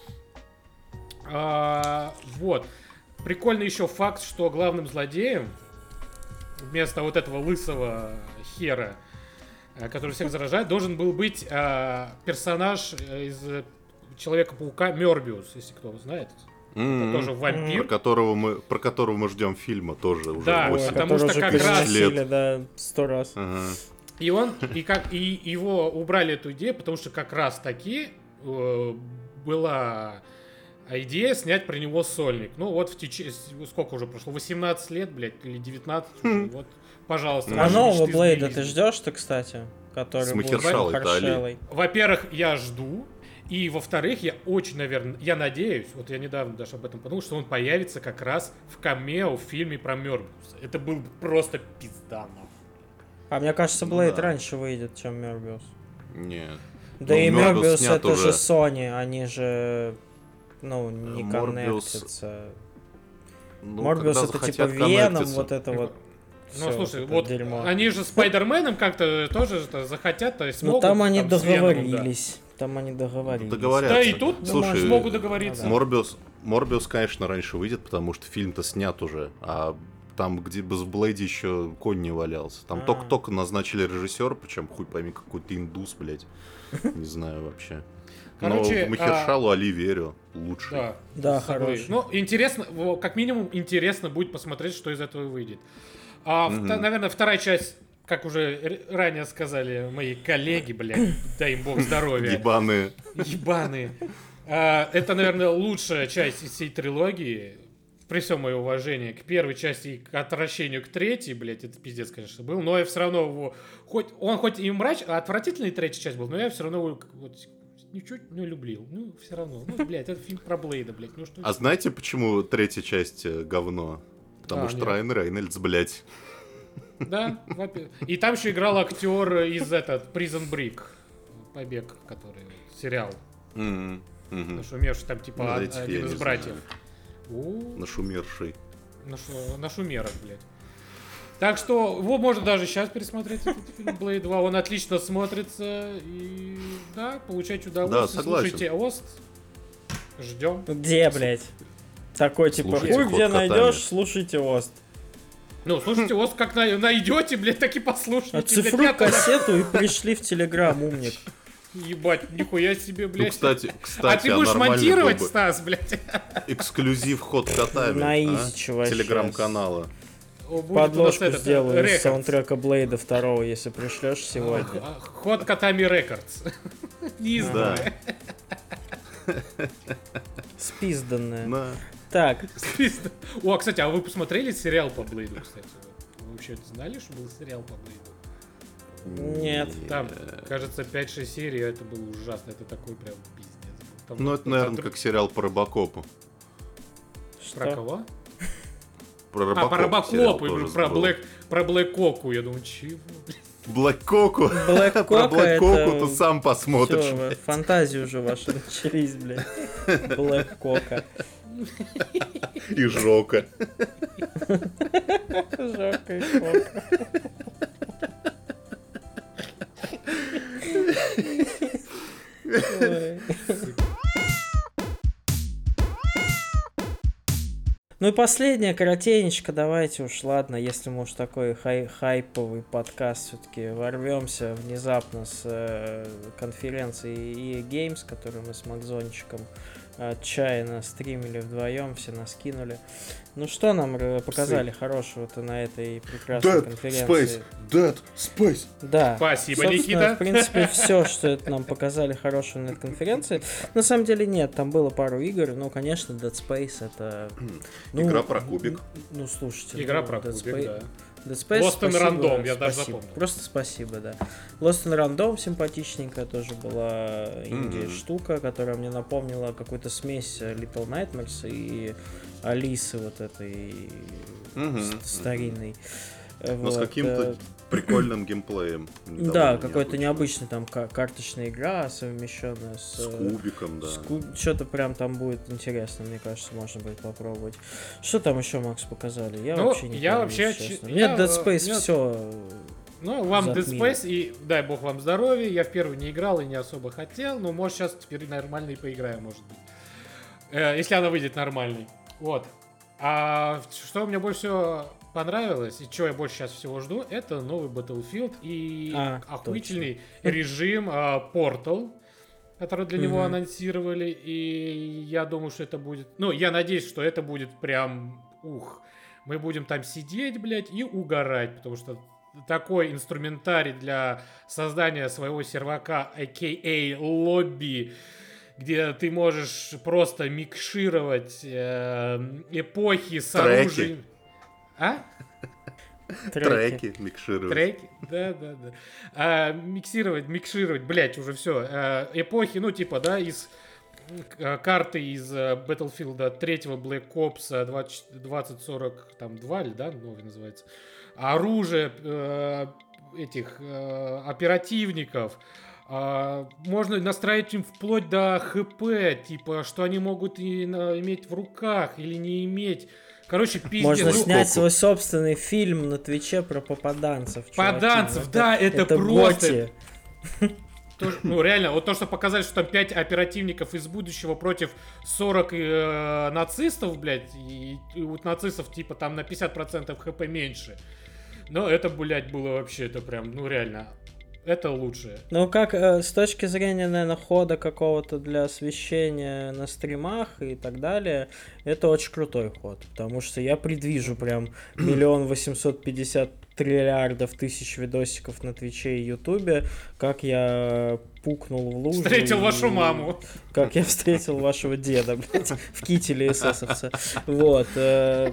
А, Вот. Прикольный еще факт, что главным злодеем вместо вот этого лысого хера э, который всех заражает, должен был быть э, персонаж из Человека-паука Мёрбиус, если кто знает. М-м. Это тоже Про вампир. которого мы, про которого мы ждем фильма тоже уже Да, восемь. потому Который что уже как раз- переносили, да, сто раз. Ага. И он, и как и его убрали эту идею, потому что как раз таки э, была идея снять про него сольник. Ну вот в течение, сколько уже прошло, восемнадцать лет, блядь, или девятнадцать уже, вот, пожалуйста. А А ваши нового мечты Блейда сбылись. ты ждешь-то, кстати? Который С будет Махершалой-то, Махершалой. Во-первых, я жду. И во-вторых, я очень, наверное, я надеюсь, вот я недавно даже об этом подумал, что он появится как раз в камео в фильме про Мёрбиуса. Это был бы просто пизда, нахуй. А мне кажется, Ну Блейд да. раньше выйдет, чем Мёрбиус. Нет. Да Ну, и Мёрбиус Мёрбиус снят это же уже. Sony, они же, ну, не Морбиус- коннектятся. Ну, Морбиус когда это типа захотят Веном, коннектиться. вот это вот. Ну, всё, слушай, это вот дерьмо. они же с Спайдерменом как-то тоже это захотят, то есть Ну смогут. там они с Веномом, да. договорились. Там они договорились. Договорятся. Да и тут Слушай, смогут договориться. Морбиус, Морбиус, конечно, раньше выйдет, потому что фильм-то снят уже, а там, где бы в Блейде еще конь не валялся. Там А. только-только назначили режиссера, причем хуй пойми, какой-то индус, блядь. Не знаю вообще. Короче, Но в Махершалу Али верю. Лучше. Да, Да, согласен. хороший. Ну, интересно, во, как минимум, интересно будет посмотреть, что из этого выйдет. А, Мгм. вта- наверное, вторая часть, как уже р- ранее сказали мои коллеги, блядь, дай им бог здоровья. Ебаные. Ебаные. А, это, наверное, лучшая часть из всей трилогии. При всем мое уважение к первой части и к отвращению к третьей, блядь, это пиздец, конечно, был. Но я все равно его... Хоть, он хоть и мрач, а отвратительный третья часть был, но я все равно его как- вот, ничуть не любил. Ну, все равно. Ну, блядь, это фильм про Блейда, блядь. Ну, что... А знаете, почему третья часть э, говно? Потому А, что нет. Райан Рейнольдс, блядь. Да, во-первых. И там еще играл актер из этот Prison Break. Побег, который сериал. Мгм. Мгм. Нашумевший там типа Ну, од- этих я один не из братьев. знаю. У, Нашумевший. нашу- Нашумерок, блядь. Так что, его можно даже сейчас пересмотреть, этот фильм Blade два. Он отлично смотрится. И да, получайте удовольствие. Да, согласен. Слушайте Ост. Ждем. Где, блядь? Такой типа, Слушайте хуй Ход где Котами. найдешь, слушайте Ост. Ну, слушайте Ост, как на- найдете, блядь, так и послушайте. блядь. Оцифруй Я тогда- кассету и пришли в Телеграм, умник. Ебать, нихуя себе, Ну, блядь. кстати, кстати, А ты будешь нормальный монтировать, был бы Стас, блядь? эксклюзив ход котами. На а? изи, чувак, Телеграм-канала. О, будет у нас Подложку этот, сделаю из рекордс. саундтрека Блейда второго, если пришлешь сегодня. А, Ход котами рекордс. Не знаю. Спизданная. На. Так, Пизда. О, а, кстати, а вы посмотрели сериал по Блейду, кстати? Вот. Вы вообще знали, что был сериал по Блейду? нет. Там, кажется, пять-шесть серий, это было ужасно. Это такой прям пиздец был. Там Ну, это, там наверное, друг- как сериал по Робокопу. Про Что? кого? Про А, Робокоп про сериал Робокопа, тоже про был. Блэк, про Блэк Коку. Я думаю, чего? блядь? Блэк Коку. Блэк Про Кока Блэк Коку это... ты сам посмотришь. Всё, вы- фантазии уже ваши начались, блядь. Блэк Кока. И Жока. Жарко и кока. Ой. Ну и последнее, коротенечко, давайте уж, ладно, если мы уж такой хай хайповый подкаст все-таки ворвемся внезапно с э, конференции и Games, которую мы с Макзончиком отчаянно стримили вдвоем, все нас кинули. Ну что нам э, показали хорошего-то на этой прекрасной конференции? Dead Space. Да. Спасибо, Собственно, Никита. в принципе, все, что это нам показали хорошего на этой конференции. На самом деле нет, там было пару игр, но, конечно, Dead Space это... ну, Игра про кубик. Ну, слушайте. Игра ну, про Dead кубик, Space- да. Dead Space, Lost in спасибо, Random, я даже спасибо. запомнил. Просто спасибо, да. Lost in Random симпатичненькая тоже была инди-штука, которая мне напомнила какую-то смесь Little Nightmares и Алисы вот этой Мгм, с- старинной. Но Вот, с каким-то э, прикольным геймплеем. да, Довольно какой-то необычным. необычный там ка- карточная игра, совмещенная с... С кубиком, да. Что-то прям там будет интересно, мне кажется, можно будет попробовать. Что там еще, Макс, показали? Я Ну, вообще не я помню, вообще если чи- честно. я, Нет, Dead э, Space, нет. все. Ну, вам Dead Затмили. Space, и дай бог вам здоровья. Я в первый не играл и не особо хотел, но может сейчас теперь нормально и поиграю, может быть. Э, если она выйдет нормальной. Вот. А что меня больше всего понравилось, и чего я больше сейчас всего жду, это новый Battlefield и А, охуительный режим а, Portal, который для него Мгм. анонсировали, и я думаю, что это будет... Ну, я надеюсь, что это будет прям... Ух, мы будем там сидеть, блядь, и угорать, потому что такой инструментарий для создания своего сервака, а.к.а. лобби, где ты можешь просто микшировать э, эпохи с Треки. оружием. А? Треки. Треки микшируют. Треки? Да, да, да. А, миксировать, микшировать, блять, уже все. Эпохи, ну, типа, да, из э, карты из э, Battlefield третьего Black Ops двадцать, двадцать сорок два, или, да, новый называется. Оружие э, этих э, оперативников. А, можно настраивать им вплоть до ХП, типа, что они могут и, на, иметь в руках или не иметь. Короче, пиздец. Можно Ну, снять сколько? свой собственный фильм на Твиче про попаданцев. чуваки. Попаданцев, Вот да, это просто- готи. То, ну, реально, вот то, что показали, что там пять оперативников из будущего против сорок э, нацистов, блядь, и, и у нацистов, типа, там на пятьдесят процентов хп меньше. Но это, блядь, было вообще, это прям, ну, реально, это лучшее. Ну, как э, с точки зрения, наверное, хода какого-то для освещения на стримах и так далее, это очень крутой ход. Потому что я предвижу прям миллион восемьсот пятьдесят триллиардов тысяч видосиков на Твиче и Ютубе, как я пукнул в лужу. Встретил и- вашу маму. Как я встретил вашего деда, блядь, в кителе эсэсовца. Вот. э,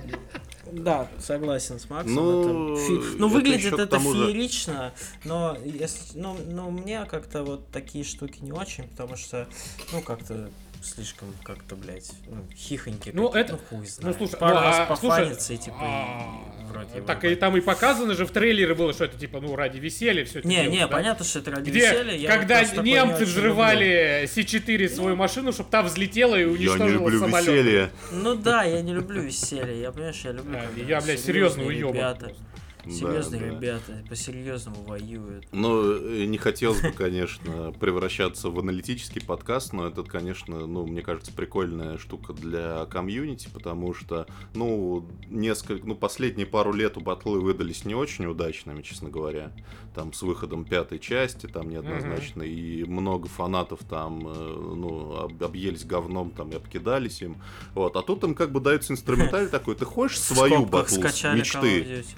Да, согласен с Максом. Ну, это фи- ну это выглядит ещё к это тому же- феерично, но если, ну, ну, мне как-то вот такие штуки не очень, потому что, ну, как-то слишком как-то, блядь, ну, хихоньки. Ну, какие-то, это- ну, хуй Ну, знает. слушай, Пару ну, раз а, слушай, пофаниться и, типа, а, и в рот его так и ебать. там и показано же в трейлере было, что это, типа, ну, ради веселья все это Не, делается, не, да? понятно, что это ради Где, веселья. я вот когда просто такое не немцы очень люблю. взрывали Си четыре свою машину, чтобы та взлетела и Я не уничтожила люблю самолет. веселье. Ну да, я не люблю веселье, я, понимаешь, я люблю, А, когда я, блядь, серьезные серьезный уёбок ребята, просто. серьезные Да, да. ребята по-серьезному воюют. Ну, э, не хотелось бы, конечно, превращаться в аналитический подкаст, но это, конечно, ну, мне кажется, прикольная штука для комьюнити, потому что, ну, несколько, ну, последние пару лет у батлы выдались не очень удачными, честно говоря. Там с выходом пятой части, там неоднозначно, и много фанатов там, э, ну, об- объелись говном там и обкидались им. Вот, а тут им как бы дается инструментарий такой, ты хочешь свою В скобках батлу скачали Call of мечты? Duty.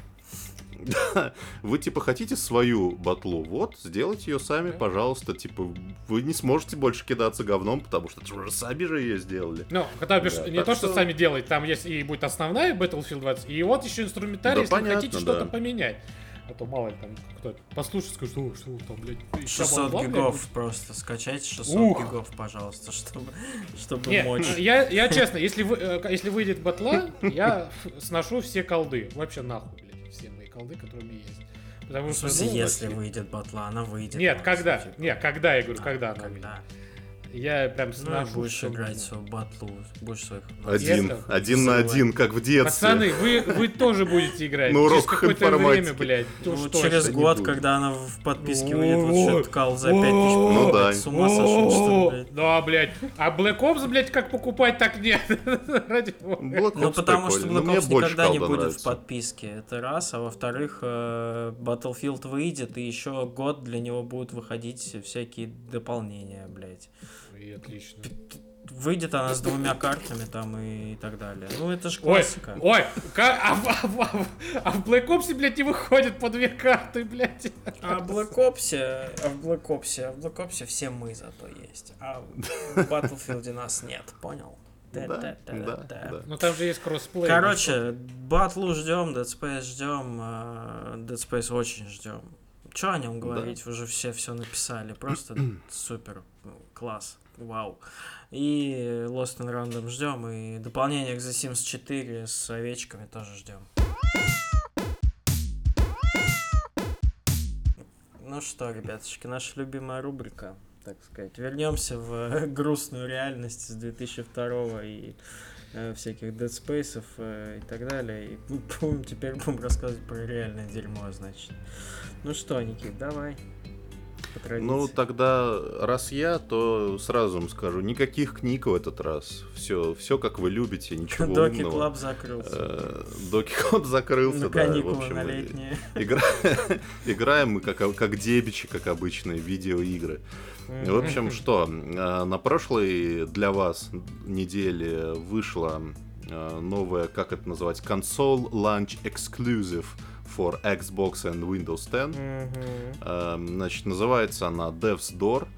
Вы, типа, хотите свою батлу? Вот, сделайте ее сами, пожалуйста. Типа, вы не сможете больше кидаться говном, потому что уже сами же ее сделали. Ну, когда пишешь, Да, не так то, что, что- сами делать, там есть и будет основная Battlefield двадцать, и вот еще инструментарий, Да, если вы понятно, хотите да. что-то поменять. А то мало ли там кто-то послушает, скажет, что, что вы там, блядь, ща шестьсот бабла, блядь, гигов просто. Скачайте шестьсот Ух. гигов, пожалуйста, чтобы, чтобы Не, мочь. я, я честно, если, вы, э, если выйдет батла, я ф- сношу все колды. Вообще нахуй, блядь, все мои колды, которые у меня есть. Потому В что, смысле, ну, если вообще- выйдет батла, она выйдет. Нет, ну, когда? типа. Не, когда, я говорю, А, когда она выйдет. когда? Я прям Ну, и сношу будешь всё, играть блядь. свою батлу, будешь своих... Один, это- один на один, как в детстве. Пацаны, вы, вы тоже будете играть. На Через уроках какое-то информатики. время, блядь. Ну, уж вот точно. через не год, будет. когда она в подписке О, выйдет, вот что ткал за пять тысяч, Ну да. с ума сошел, что ли, блядь? Да, блядь. А Black Ops, блядь, как покупать, так нет. Ради бога. Black Ну, Ops потому что прикольный, но Black мне Ops больше никогда не колда будет нравится. в подписке, это раз, а во-вторых, э, Battlefield выйдет, и еще год для него будут выходить всякие дополнения, блядь. И отлично. Выйдет она с двумя картами там и так далее. Ну, это ж Ой, классика. ой, ка- а, в- а в- а в- а в Black Ops, блядь, не выходит по две карты, блядь. А в Black Ops, а в Black Ops, а в Black Ops все мы зато есть, а в Battlefield нас нет, понял? Да, да, Да-да-да-да. да. Ну там же есть кроссплей. Короче, батлу ждем, Dead Space ждем, э, Dead Space очень ждем. Че о нем говорить? Уже все все написали. Просто супер. ну, Класс. Вау. И Lost in Random ждем. И дополнение к The Sims четыре с овечками тоже ждем. Ну что, ребяточки, наша любимая рубрика, так сказать. Вернемся в э, грустную реальность с две тысячи второго и э, всяких Dead Space'ов э, и так далее. И мы будем, теперь будем рассказывать про реальное дерьмо, значит. Ну что, Никит, давай. по традиции. Ну, тогда, раз я, то сразу вам скажу, никаких книг в этот раз. Все, все как вы любите, ничего Доки умного. Клаб закрылся. Доки Клаб закрылся, На да. каникулы В общем, на летние. игра... Играем мы как, как дебичи, как обычные видеоигры. В общем, что, на прошлой для вас неделе вышла новая, как это называть, Console Launch Exclusive for Xbox and Windows ten. Mm-hmm. Значит, называется она Death's Door.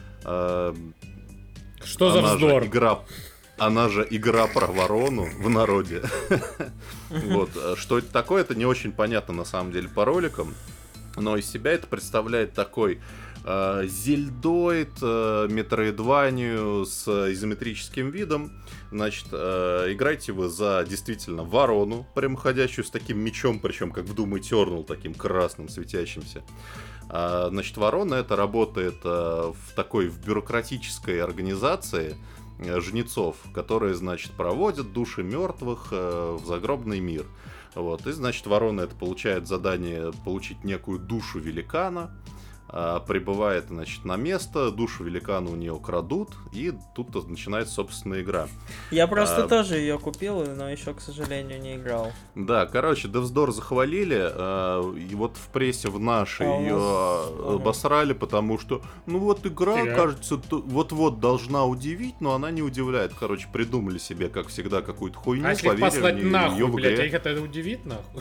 Что за она вздор? Же игра, она же игра про ворону в народе. Вот. Что это такое, это не очень понятно на самом деле по роликам. Но из себя это представляет такой э, зельдоид, э, метроидванию с изометрическим видом. Значит, э, играете вы за действительно ворону, прямоходящую с таким мечом, причем как в Doom Eternal, таким красным, светящимся. А, значит, ворона это работает э, в такой в бюрократической организации э, жнецов, которые, значит, проводят души мертвых э, в загробный мир. Вот, и, значит, ворона это получает задание получить некую душу великана, а, прибывает, значит, на место, душу великана у нее крадут, и тут начинается, собственно, игра. Я просто а, тоже ее купил, но еще, к сожалению, не играл. Да, короче, Death's Door захвалили, а, и вот в прессе в нашей а ее нас... обосрали, потому что, ну вот игра, Фига. кажется, вот-вот должна удивить, но она не удивляет. Короче, придумали себе, как всегда, какую-то хуйню, А если их поверили послать в неё, нахуй, её в блядь, игре. а их это удивит нахуй?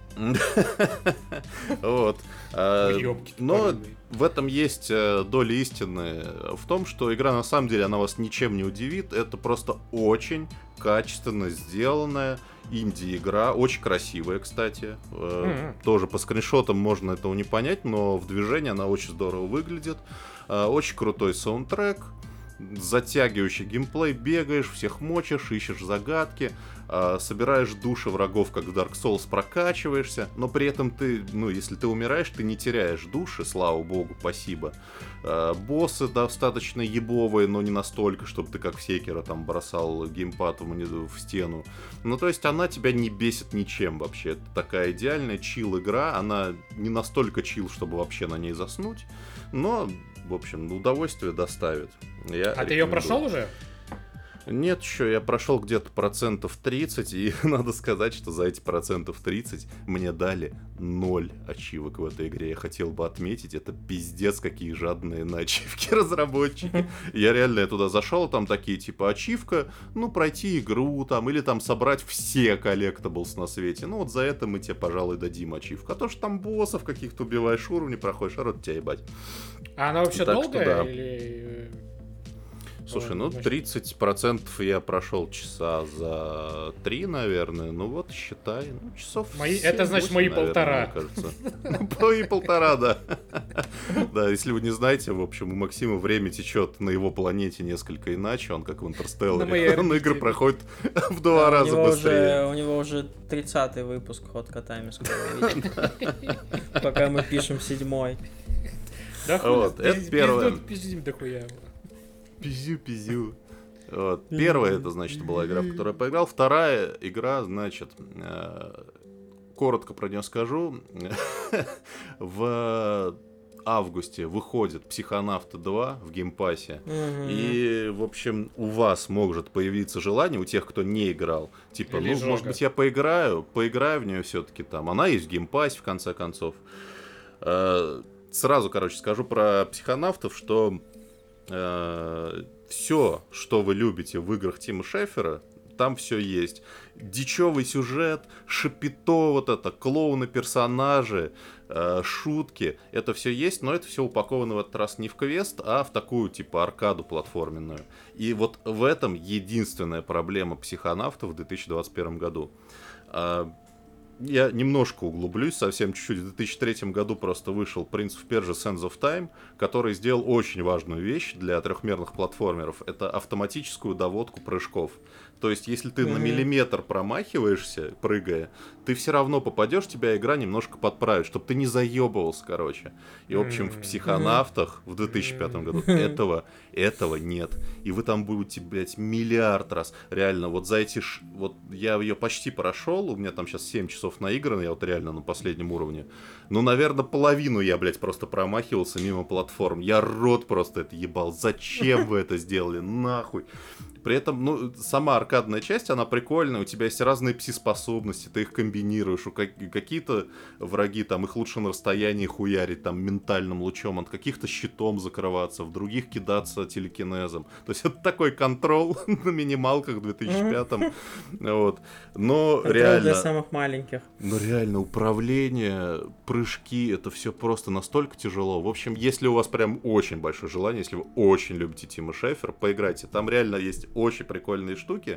Вот. А, Уёбки Но тупорылые. в этом есть э, доля истины в том, что игра на самом деле она вас ничем не удивит. Это просто очень качественно сделанная инди-игра, очень красивая, кстати. Э, Мгм. Тоже по скриншотам можно этого не понять, но в движении она очень здорово выглядит. Э, Очень крутой саундтрек. Затягивающий геймплей, бегаешь, всех мочишь, ищешь загадки, э, собираешь души врагов, как в Dark Souls, прокачиваешься, но при этом ты, ну, если ты умираешь, ты не теряешь души, слава богу, спасибо. Э, боссы достаточно ебовые, но не настолько, чтобы ты как в Секиро там бросал геймпад в, мони- в стену. Ну, то есть она тебя не бесит ничем вообще. Это такая идеальная чил-игра, она не настолько чил, чтобы вообще на ней заснуть, но... В общем, удовольствие доставит. Я А ты ее рекомендую. прошел уже? Нет, еще я прошел где-то процентов тридцать, и надо сказать, что за эти процентов тридцать мне дали ноль ачивок в этой игре. Я хотел бы отметить, это пиздец, какие жадные на ачивки разработчики. Я реально я туда зашел, там такие типа ачивка, ну пройти игру там, или там собрать все коллектаблс на свете. Ну вот за это мы тебе, пожалуй, дадим ачивку. А то, что там боссов каких-то убиваешь, уровни проходишь, а рот тебя ебать. А она вообще Так что долгая да. или... Слушай, ну Значит- тридцать процентов я прошел часа за три, наверное. Ну вот, считай, ну часов Мои- семь, это значит восемь, мои наверное, полтора. мне кажется. Ну, мои полтора, да. Да, если вы не знаете, в общем, у Максима время течет на его планете несколько иначе. Он как в На Интерстелларе. моей Он игры орбите. проходит в Да, два у раза него быстрее. Уже, у него уже тридцатый выпуск «Ход котами» скоро выйдет. Пока мы пишем седьмой. Да хуй, Вот, это пиз- первое. пиздут, пиздим дохуя. Пизю-пизю. Вот. Первая, это, значит, была игра, в которую я поиграл. Вторая игра, значит, э, коротко про нее скажу. В августе выходит Психонавты два в геймпассе. Мгм. И, в общем, у вас может появиться желание, у тех, кто не играл, типа, Или ну, жога. может быть, я поиграю, поиграю в нее все-таки там. Она есть в геймпассе, в конце концов. Э, Сразу, короче, скажу про Психонавтов, что все, что вы любите в играх Тима Шефера, там все есть. Дичевый сюжет, шапито, вот это, клоуны-персонажи, э, шутки, это все есть, но это все упаковано в этот раз не в квест, а в такую, типа, аркаду платформенную. И вот в этом единственная проблема Психонавтов в две тысячи двадцать первом году. А, Я немножко углублюсь, совсем чуть-чуть. В две тысячи третьем году просто вышел Prince of Persia Sands of Time, который сделал очень важную вещь для трехмерных платформеров. Это автоматическую доводку прыжков. То есть, если ты на Мгм. миллиметр промахиваешься, прыгая, ты все равно попадешь, тебя игра немножко подправит, чтобы ты не заебывался, короче. И, в общем, в Мгм. Психонавтах в две тысячи пятом году этого, этого нет. И вы там будете, блядь, миллиард раз. Реально, вот за эти... ш- Вот я ее почти прошел, у меня там сейчас семь часов часов наигран, я вот реально на последнем уровне. Ну, наверное, половину я, блядь, просто промахивался мимо платформ. Я рот просто это ебал. Зачем вы это сделали? Нахуй. При этом, ну, сама аркадная часть, она прикольная, у тебя есть разные пси-способности, ты их комбинируешь, у как- какие-то враги, там, их лучше на расстоянии хуярить, там, ментальным лучом, от каких-то щитом закрываться, в других кидаться телекинезом. То есть это такой контрол на минималках в две тысячи пятом, вот. Но Контроль реально... для самых маленьких. Но реально, управление, прыжки, это все просто настолько тяжело. В общем, если у вас прям очень большое желание, если вы очень любите Тима Шефера, поиграйте. Там реально есть очень прикольные штуки.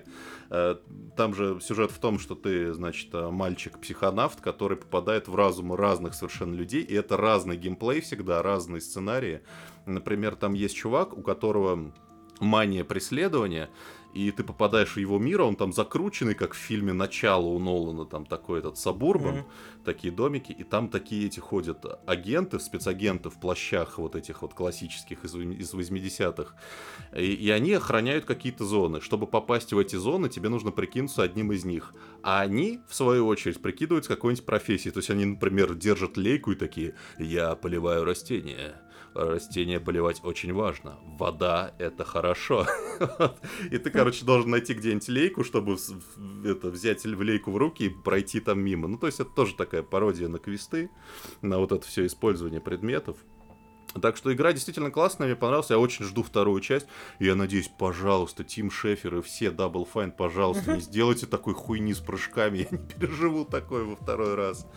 Там же сюжет в том, что ты, значит, мальчик-психонавт, который попадает в разумы разных совершенно людей, и это разный геймплей всегда, разные сценарии. Например, там есть чувак, у которого мания преследования, и ты попадаешь в его мир, он там закрученный, как в фильме «Начало» у Нолана, там такой этот сабурбан, mm-hmm. такие домики, и там такие эти ходят агенты, спецагенты в плащах вот этих вот классических из, из восьмидесятых, и, и они охраняют какие-то зоны. Чтобы попасть в эти зоны, тебе нужно прикинуться одним из них. А они, в свою очередь, прикидываются какой-нибудь профессией. То есть они, например, держат лейку и такие: «Я поливаю растения». Растения поливать очень важно. Вода — это хорошо. И ты, короче, должен найти где-нибудь лейку, чтобы это, взять лейку в руки и пройти там мимо. Ну, то есть это тоже такая пародия на квесты, на вот это все использование предметов. Так что игра действительно классная, мне понравилась. Я очень жду вторую часть. И я надеюсь, пожалуйста, Тим Шефер и все Double Fine, пожалуйста, не сделайте такой хуйни с прыжками. Я не переживу такое во второй раз.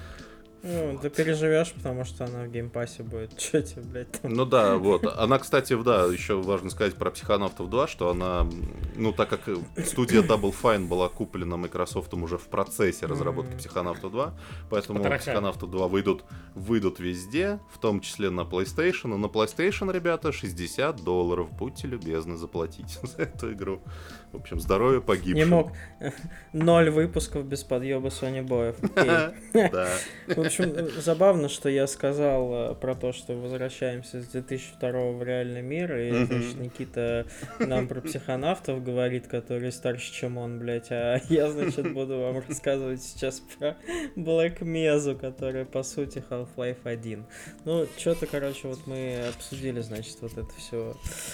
Ну, вот. Ты переживешь, потому что она в геймпассе будет. Че тебе, блядь, там? Ну да, вот. Она, кстати, да, еще важно сказать про Психонавтов два, что она, ну, так как студия Double Fine была куплена Microsoft уже в процессе разработки mm-hmm. Психонавта два, поэтому Психонавты два выйдут, выйдут везде, в том числе на PlayStation. Но на PlayStation, ребята, шестьдесят долларов. Будьте любезны заплатить за эту игру. В общем, здоровья погибшим. Не мог. Ноль выпусков без подъеба Sony Боев. Да. В общем, забавно, что я сказал про то, что возвращаемся с две тысячи второго в реальный мир, и, значит, Никита нам про психонавтов говорит, которые старше, чем он, блядь, а я, значит, буду вам рассказывать сейчас про Black Mesa, которая, по сути, Half-Life один. Ну, что-то, короче, вот мы обсудили, значит, вот это все...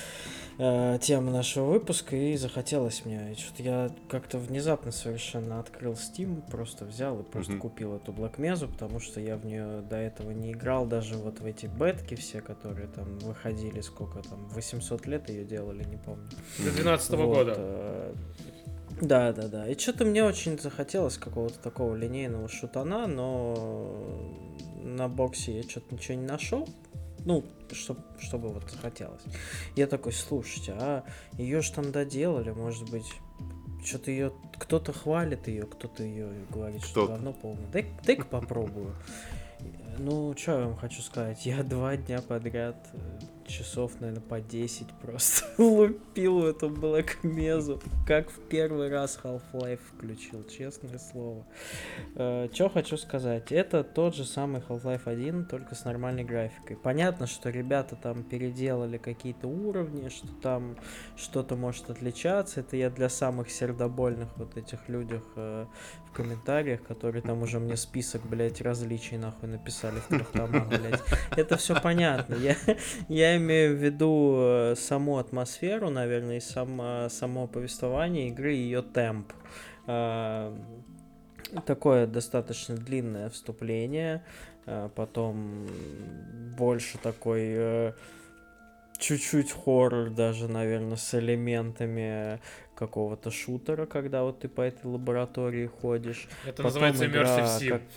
тему нашего выпуска, и захотелось мне. Что-то я как-то внезапно совершенно открыл Steam, просто взял и просто mm-hmm. купил эту Black Mesa, потому что я в нее до этого не играл, даже вот в эти бетки все, которые там выходили, сколько там, восемьсот лет ее делали, не помню. До двенадцатого вот, года. Э- да, да, да. И что-то мне очень захотелось какого-то такого линейного шутана, но на боксе я что-то ничего не нашел. Ну, чтоб, чтобы вот захотелось. Я такой: слушайте, а ее ж там доделали, может быть, что-то ее, кто-то хвалит ее, кто-то ее говорит, что говно полное. Дай, дай-ка попробую. Ну, что я вам хочу сказать, я два дня подряд, часов, наверное, по десять просто лупил в эту Black Mesa, как в первый раз Half-Life включил, честное слово. Э, что хочу сказать, это тот же самый Half-Life один, только с нормальной графикой. Понятно, что ребята там переделали какие-то уровни, что там что-то может отличаться, это я для самых сердобольных вот этих людях э, в комментариях, которые там уже мне список, блять, различий нахуй написали в трех томах, блять. Это все понятно. Я, я имею в виду саму атмосферу, наверное, и само, само повествование игры, ее темп. А, такое достаточно длинное вступление, а потом больше такой... чуть-чуть хоррор даже, наверное, с элементами какого-то шутера, когда вот ты по этой лаборатории ходишь. Это потом называется игра, Immersive Sim. как...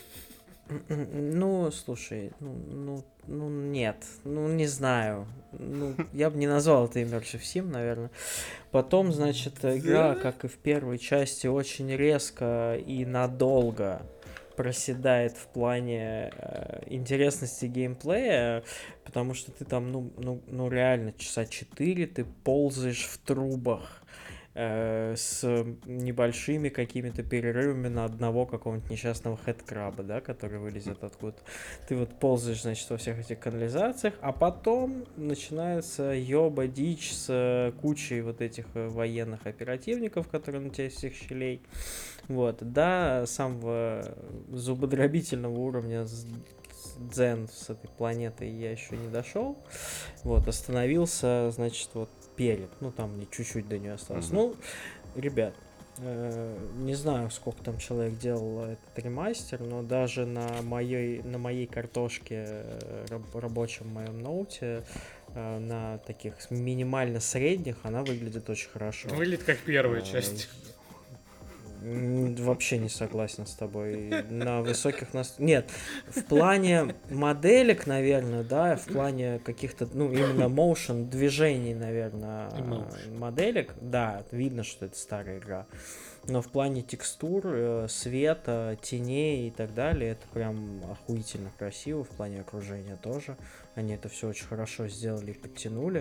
Ну, слушай, ну, ну, ну, нет, ну, не знаю. Ну, я бы не назвал это Immersive Sim, наверное. Потом, значит, игра, как и в первой части, очень резко и надолго проседает в плане э, интересности геймплея, потому что ты там, ну, ну, ну реально, часа четыре ты ползаешь в трубах, э, с небольшими какими-то перерывами на одного какого-нибудь несчастного хэдкраба, да, который вылезет откуда-то. Ты вот ползаешь, значит, во всех этих канализациях, а потом начинается ёба, дичь с кучей вот этих военных оперативников, которые на тебя из всех щелей. Вот, до самого зубодробительного уровня дзен с этой планетой я еще не дошел. Вот, остановился, значит, вот перед. Ну, там мне чуть-чуть до нее осталось. Mm-hmm. Ну, ребят, э, не знаю, сколько там человек делал этот ремастер, но даже на моей, на моей картошке, э, раб, рабочем моем ноуте, э, на таких минимально средних, она выглядит очень хорошо. Выглядит как первая э, часть. Вообще не согласен с тобой. На высоких нас... Нет, в плане моделек, наверное, да, в плане каких-то, ну, именно motion, движений, наверное, Emotion. моделек, да, видно, что это старая игра. Но в плане текстур, света, теней и так далее, это прям охуительно красиво. В плане окружения тоже. Они это все очень хорошо сделали и подтянули.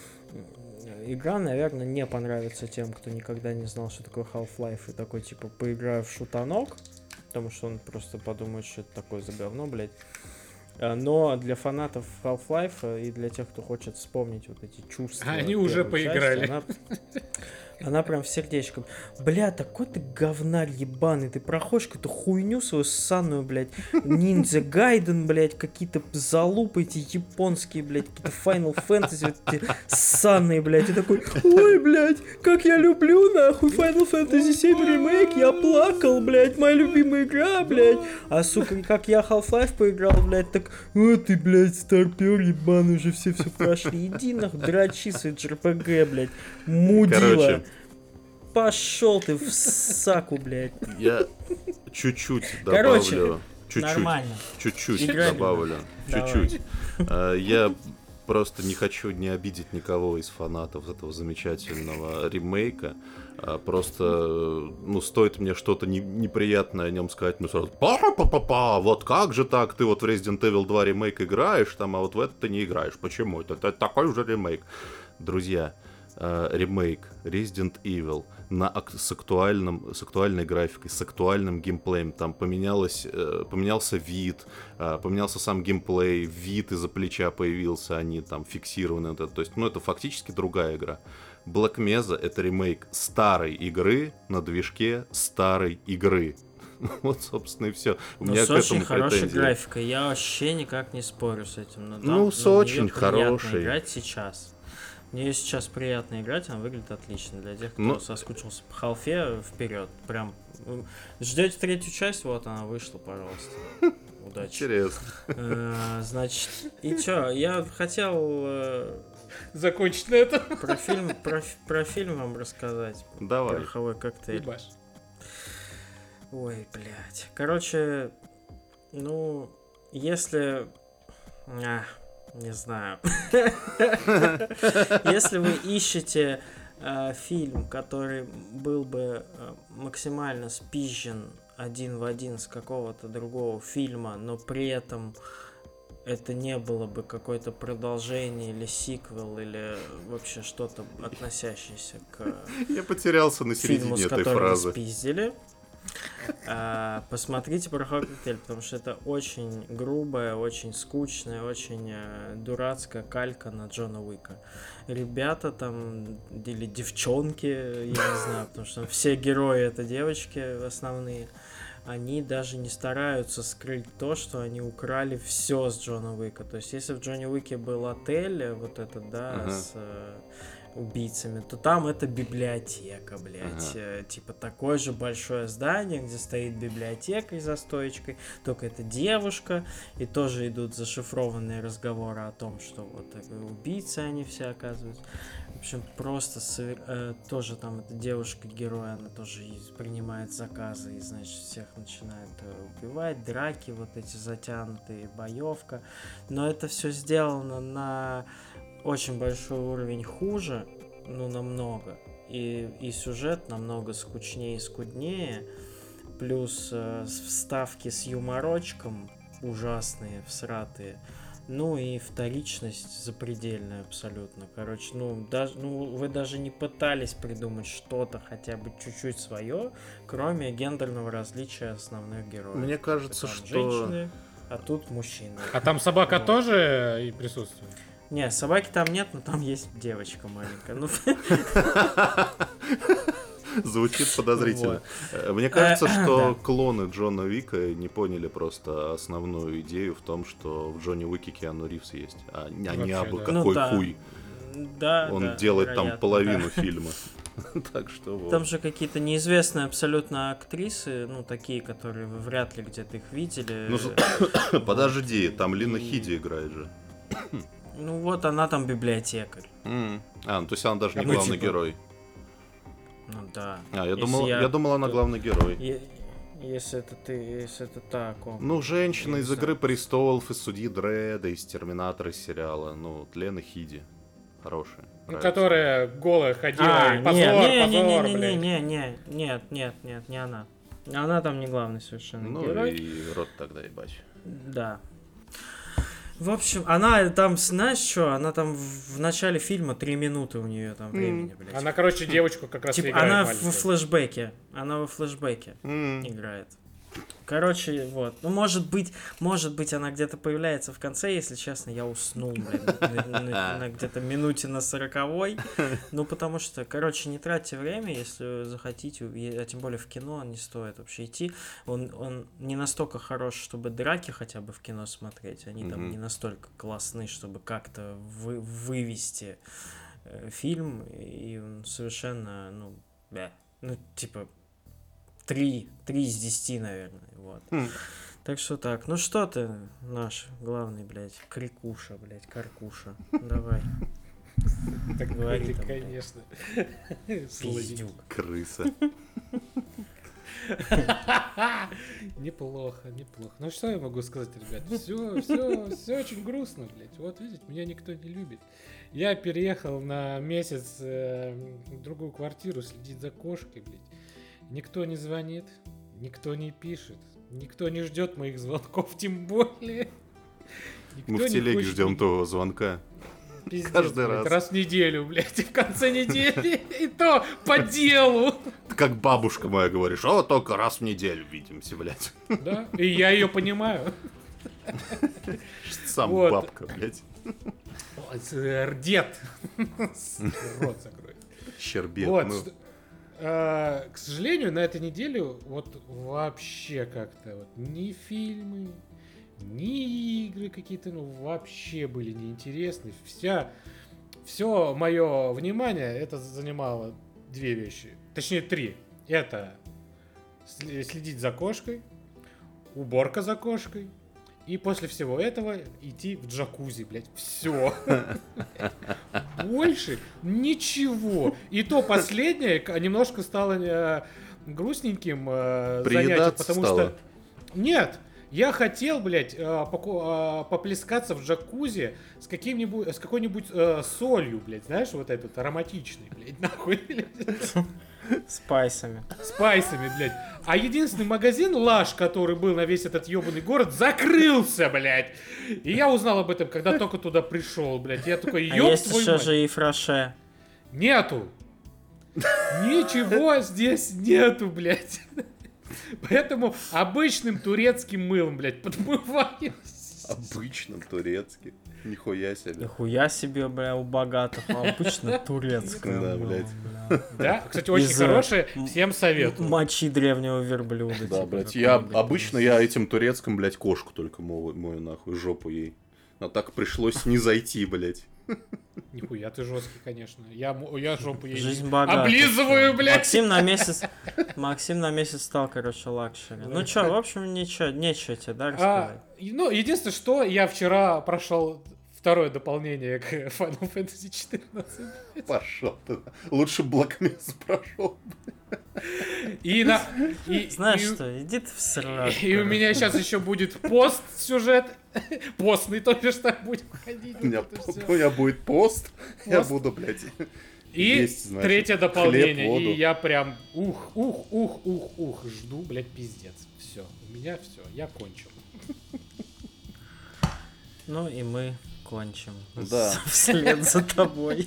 Игра, наверное, не понравится тем, кто никогда не знал, что такое Half-Life, и такой, типа, поиграю в шутанок, потому что он просто подумает, что это такое за говно, блядь. Но для фанатов Half-Life и для тех, кто хочет вспомнить вот эти чувства... Они уже поиграли. Части, она... Она прям в сердечко. Бля, такой ты говнарь ебаный. Ты проходишь какую-то хуйню свою ссаную, блядь. Ниндзя Гайден, блядь. Какие-то залупы эти японские, блядь. Какие-то Final Fantasy вот эти ссаные, блядь. И такой, ой, блядь, как я люблю, нахуй, Final Fantasy семь ремейк. Я плакал, блядь. Моя любимая игра, блядь. А, сука, как я Half-Life поиграл, блядь, так, о, ты, блядь, старпер ебаный, уже все все прошли. Иди, нахуй, дрочи свой джей пи джи, блядь. Мудила. Короче, пошел ты в саку, блядь. Я чуть-чуть добавлю. Короче, чуть-чуть, нормально. Чуть-чуть добавлю. Чуть-чуть. Я просто не хочу не обидеть никого из фанатов этого замечательного ремейка. Просто, ну, стоит мне что-то не, неприятное о нем сказать, ну, сразу, па-па-па-па, вот как же так, ты вот в Resident Evil два ремейк играешь, там, а вот в этот ты не играешь. Почему? Это, это такой же ремейк. Друзья, ремейк Resident Evil на, с, актуальным, с актуальной графикой, с актуальным геймплеем. Там поменялось, поменялся вид, поменялся сам геймплей, вид из-за плеча появился, они там фиксированы. То есть, ну, это фактически другая игра. Black Mesa — это ремейк старой игры на движке старой игры. Вот, собственно, и все. У меня с очень хорошей графикой. Я вообще никак не спорю с этим. Но ну, с очень хорошей. Играть сейчас. Мне сейчас приятно играть, она выглядит отлично. Для тех, кто ну, соскучился по халфе, вперед. Прям ждете третью часть, вот она вышла, пожалуйста. Удачи. Интересно. Значит, и чё, я хотел закончить на этом. Про фильм, про, про фильм вам рассказать. Давай. Пороховой коктейль. Ебаш. Ой, блядь. Короче, ну, если... А, не знаю. Если вы ищете э, фильм, который был бы э, максимально спизжен один в один с какого-то другого фильма, но при этом это не было бы какое-то продолжение или сиквел, или вообще что-то относящееся к Я потерялся на середине фильму, с этой фразы. Спиздили. А, посмотрите «Пороховой коктейль», потому что это очень грубая, очень скучная, очень э, дурацкая калька на Джона Уика. Ребята там, или девчонки, я не знаю, потому что все герои это девочки основные. Они даже не стараются скрыть то, что они украли все с Джона Уика. То есть, если в Джоне Уике был отель, вот этот, да, uh-huh. с э, убийцами, то там это библиотека, блядь. Uh-huh. Э, типа такое же большое здание, где стоит библиотека за стоечкой, только это девушка, и тоже идут зашифрованные разговоры о том, что вот э, убийцы они все оказываются. В общем, просто э, тоже там эта девушка-герой, она тоже принимает заказы и, значит, всех начинает э, убивать, драки вот эти затянутые, боевка. Но это все сделано на очень большой уровень хуже, ну, намного. И, и сюжет намного скучнее и скуднее. Плюс э, вставки с юморочком ужасные, всратые. Ну и вторичность запредельная абсолютно. Короче, ну, даже, ну вы даже не пытались придумать что-то хотя бы чуть-чуть свое, кроме гендерного различия основных героев. Мне кажется, Там что... женщины, а тут мужчины. А там собака Вот. тоже и присутствует? Не, собаки там нет, но там есть девочка маленькая. Ну, Звучит подозрительно. Вот. Э, Мне кажется, Э, что да. клоны Джона Уика не поняли просто основную идею в том, что в Джонни Уике Киану Ривз есть, а не а не Вообще, абы да. какой Ну да. хуй. да, Он да, делает там вероятно, половину да. фильма. Так что вот. Там же какие-то неизвестные абсолютно актрисы, ну, такие, которые вы вряд ли где-то их видели. Ну, Э, подожди, там Лина И- Хиди играет же. Ну, вот она там библиотекарь. М. А, ну то есть она даже не Ну, главный типа, герой. Ну, да. А, я Если думал, я- я думал, она то- главный герой. Е- Если это ты, если это так, он... Ну, женщина Я из не «Игры знаю. престолов», из «Судьи Дредда», из «Терминатора» из сериала. Ну, вот Лена Хиди. Хорошая. Ну, нравится. которая голая ходила, А, и нет, позор, не, позор, не, не, не, блядь. не, не, нет, нет, нет, не она. Она там не главный совершенно Ну герой. и рот тогда ебать. Да. В общем, она там, знаешь что, она там в в начале фильма три минуты у нее там времени, блядь. Она, короче, девочку как раз и Типа, играет она маленькую. в флешбеке. Она во флешбеке М. играет. Короче, вот. Ну, может быть, может быть, она где-то появляется в конце, если честно, я уснул, блин, на, на- на где-то минуте на сороковой. Ну, потому что, короче, не тратьте время, если захотите, и- а тем более в кино не стоит вообще идти. Он, он не настолько хорош, чтобы драки хотя бы в кино смотреть. Они там Мгм. не настолько классны, чтобы как-то вы- вывести э, фильм. И он совершенно, ну, бля, ну, типа, Три, три из десяти, наверное, вот. Хм. Так что так, ну что ты, наш главный, блядь, крикуша, блядь, каркуша, давай, Так говори ты, там, блядь. конечно. Пиздюк. Крыса. Неплохо, неплохо. Ну что я могу сказать, ребят? Все, все, все очень грустно, блядь. Вот видите, меня никто не любит. Я переехал на месяц э, в другую квартиру следить за кошкой, блядь. Никто не звонит, никто не пишет, никто не ждет моих звонков, тем более. Никто Мы в не телеге хочет ждем ни- того звонка. Пиздец, каждый блядь, раз. раз в неделю, блядь, и в конце недели, и то по делу. Ты как бабушка моя говоришь, о, только раз в неделю видимся, блядь. Да, и я ее понимаю. Сам Вот. бабка, блядь. Ой, с- Рдет. Рот закрой. Щербет. Вот. ну. что- а, К сожалению, на этой неделе вот вообще как-то вот ни фильмы, ни игры какие-то, ну, вообще были неинтересны. Вся, все мое внимание это занимало две вещи. Точнее, три. Это сли- следить за кошкой, уборка за кошкой, и после всего этого идти в джакузи, блядь. Все. Больше ничего. И то последнее к- немножко стало э, грустненьким э, занятием, Приедаться потому стало? что... Нет, я хотел, блядь, э, поку- э, поплескаться в джакузи с каким-нибудь, с какой-нибудь э, солью, блядь, знаешь, вот этот ароматичный, блядь, нахуй, блядь. Спайсами. Спайсами, блядь. А единственный магазин Лаш, который был на весь этот ебаный город, закрылся, блядь. И я узнал об этом, когда только туда пришел, блядь. Я такой, А ёб есть твою еще мать. же и фраше. Нету. Ничего здесь нету, блядь. Поэтому обычным турецким мылом, блядь, подмываюсь. Обычно турецкий. Нихуя себе. Нихуя себе, бля, у богатых, а обычно турецкое. Да, было, блядь. бля. Да, кстати, очень Из, э, хорошее. м- Всем советую. Мочи древнего верблюда. Да, типа, блядь, какой, я блядь, обычно я этим турецким, блядь, кошку только мою, мою нахуй, жопу ей. А так пришлось не зайти, блядь. Нихуя ты жесткий, конечно. Я, м- я жопу ей Жизнь богата. облизываю, всё. блядь. Максим на месяц, Максим на месяц стал, короче, лакшери. Ну чё, в общем, ничего, нечего тебе, да, рассказать? А, и- ну, единственное, что я вчера прошел второе дополнение к Final Fantasy четырнадцать. Пошел ты. Лучше Блэкмес прошел. И на... И, Знаешь и- что, иди ты в сраку. И у меня сейчас еще будет пост-сюжет. Постный только что будет ходить. У меня, вот это всё. у меня будет пост. Я Пост. буду, блядь. И есть, значит, третье хлеб, дополнение. воду. И я прям ух, ух, ух, ух, ух. Жду, блядь, пиздец. Все. У меня все. Я кончил. Ну и мы кончим. Да. Вслед за тобой.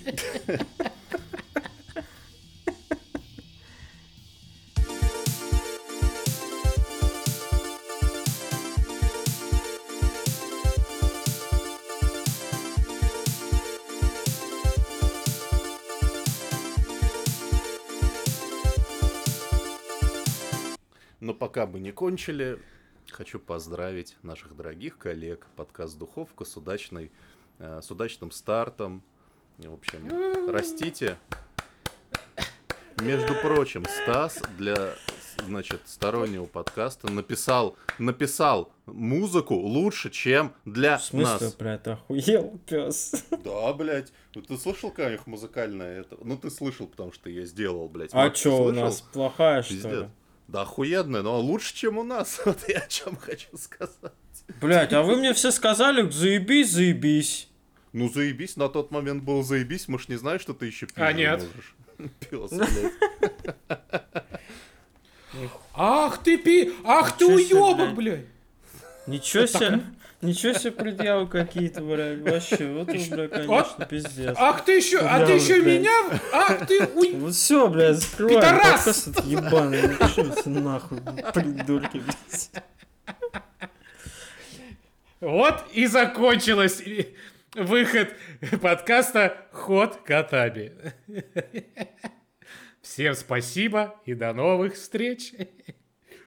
Но пока мы не кончили, хочу поздравить наших дорогих коллег. Подкаст «Духовка» с, удачной, э, с удачным стартом. В общем, растите. Между прочим, Стас для, значит, стороннего подкаста написал, написал музыку лучше, чем для В смысле, нас. блядь, охуел, пес? Да, блядь. Ну, ты слышал, как у них музыкальное это? Ну, ты слышал, потому что я сделал, блядь. А Макс, ты чё, у слышал? нас плохая, что Пиздец. ли? Да охуенная, но лучше, чем у нас. Вот я о чем хочу сказать. Блядь, а вы мне все сказали, заебись, заебись. Ну, заебись, на тот момент был заебись, мы ж не знаем, что ты еще пить А, нет. можешь. Пёс, блядь. Ах ты пи... Ах ты Чё себе, уёбок, блядь? блядь! Ничего себе, ничего себе предъявы какие-то, блядь, вообще, вот это, блядь, конечно, пиздец. Ах ты еще... А ты Я, еще блядь. меня... Ах ты... Уй... Вот все, блядь, закрываем Пидорас! подкаст этот ебаный, ну чё это нахуй, придурки, блядь. Вот и закончилась и- выход подкаста «Ход Катаби». Всем спасибо и до новых встреч!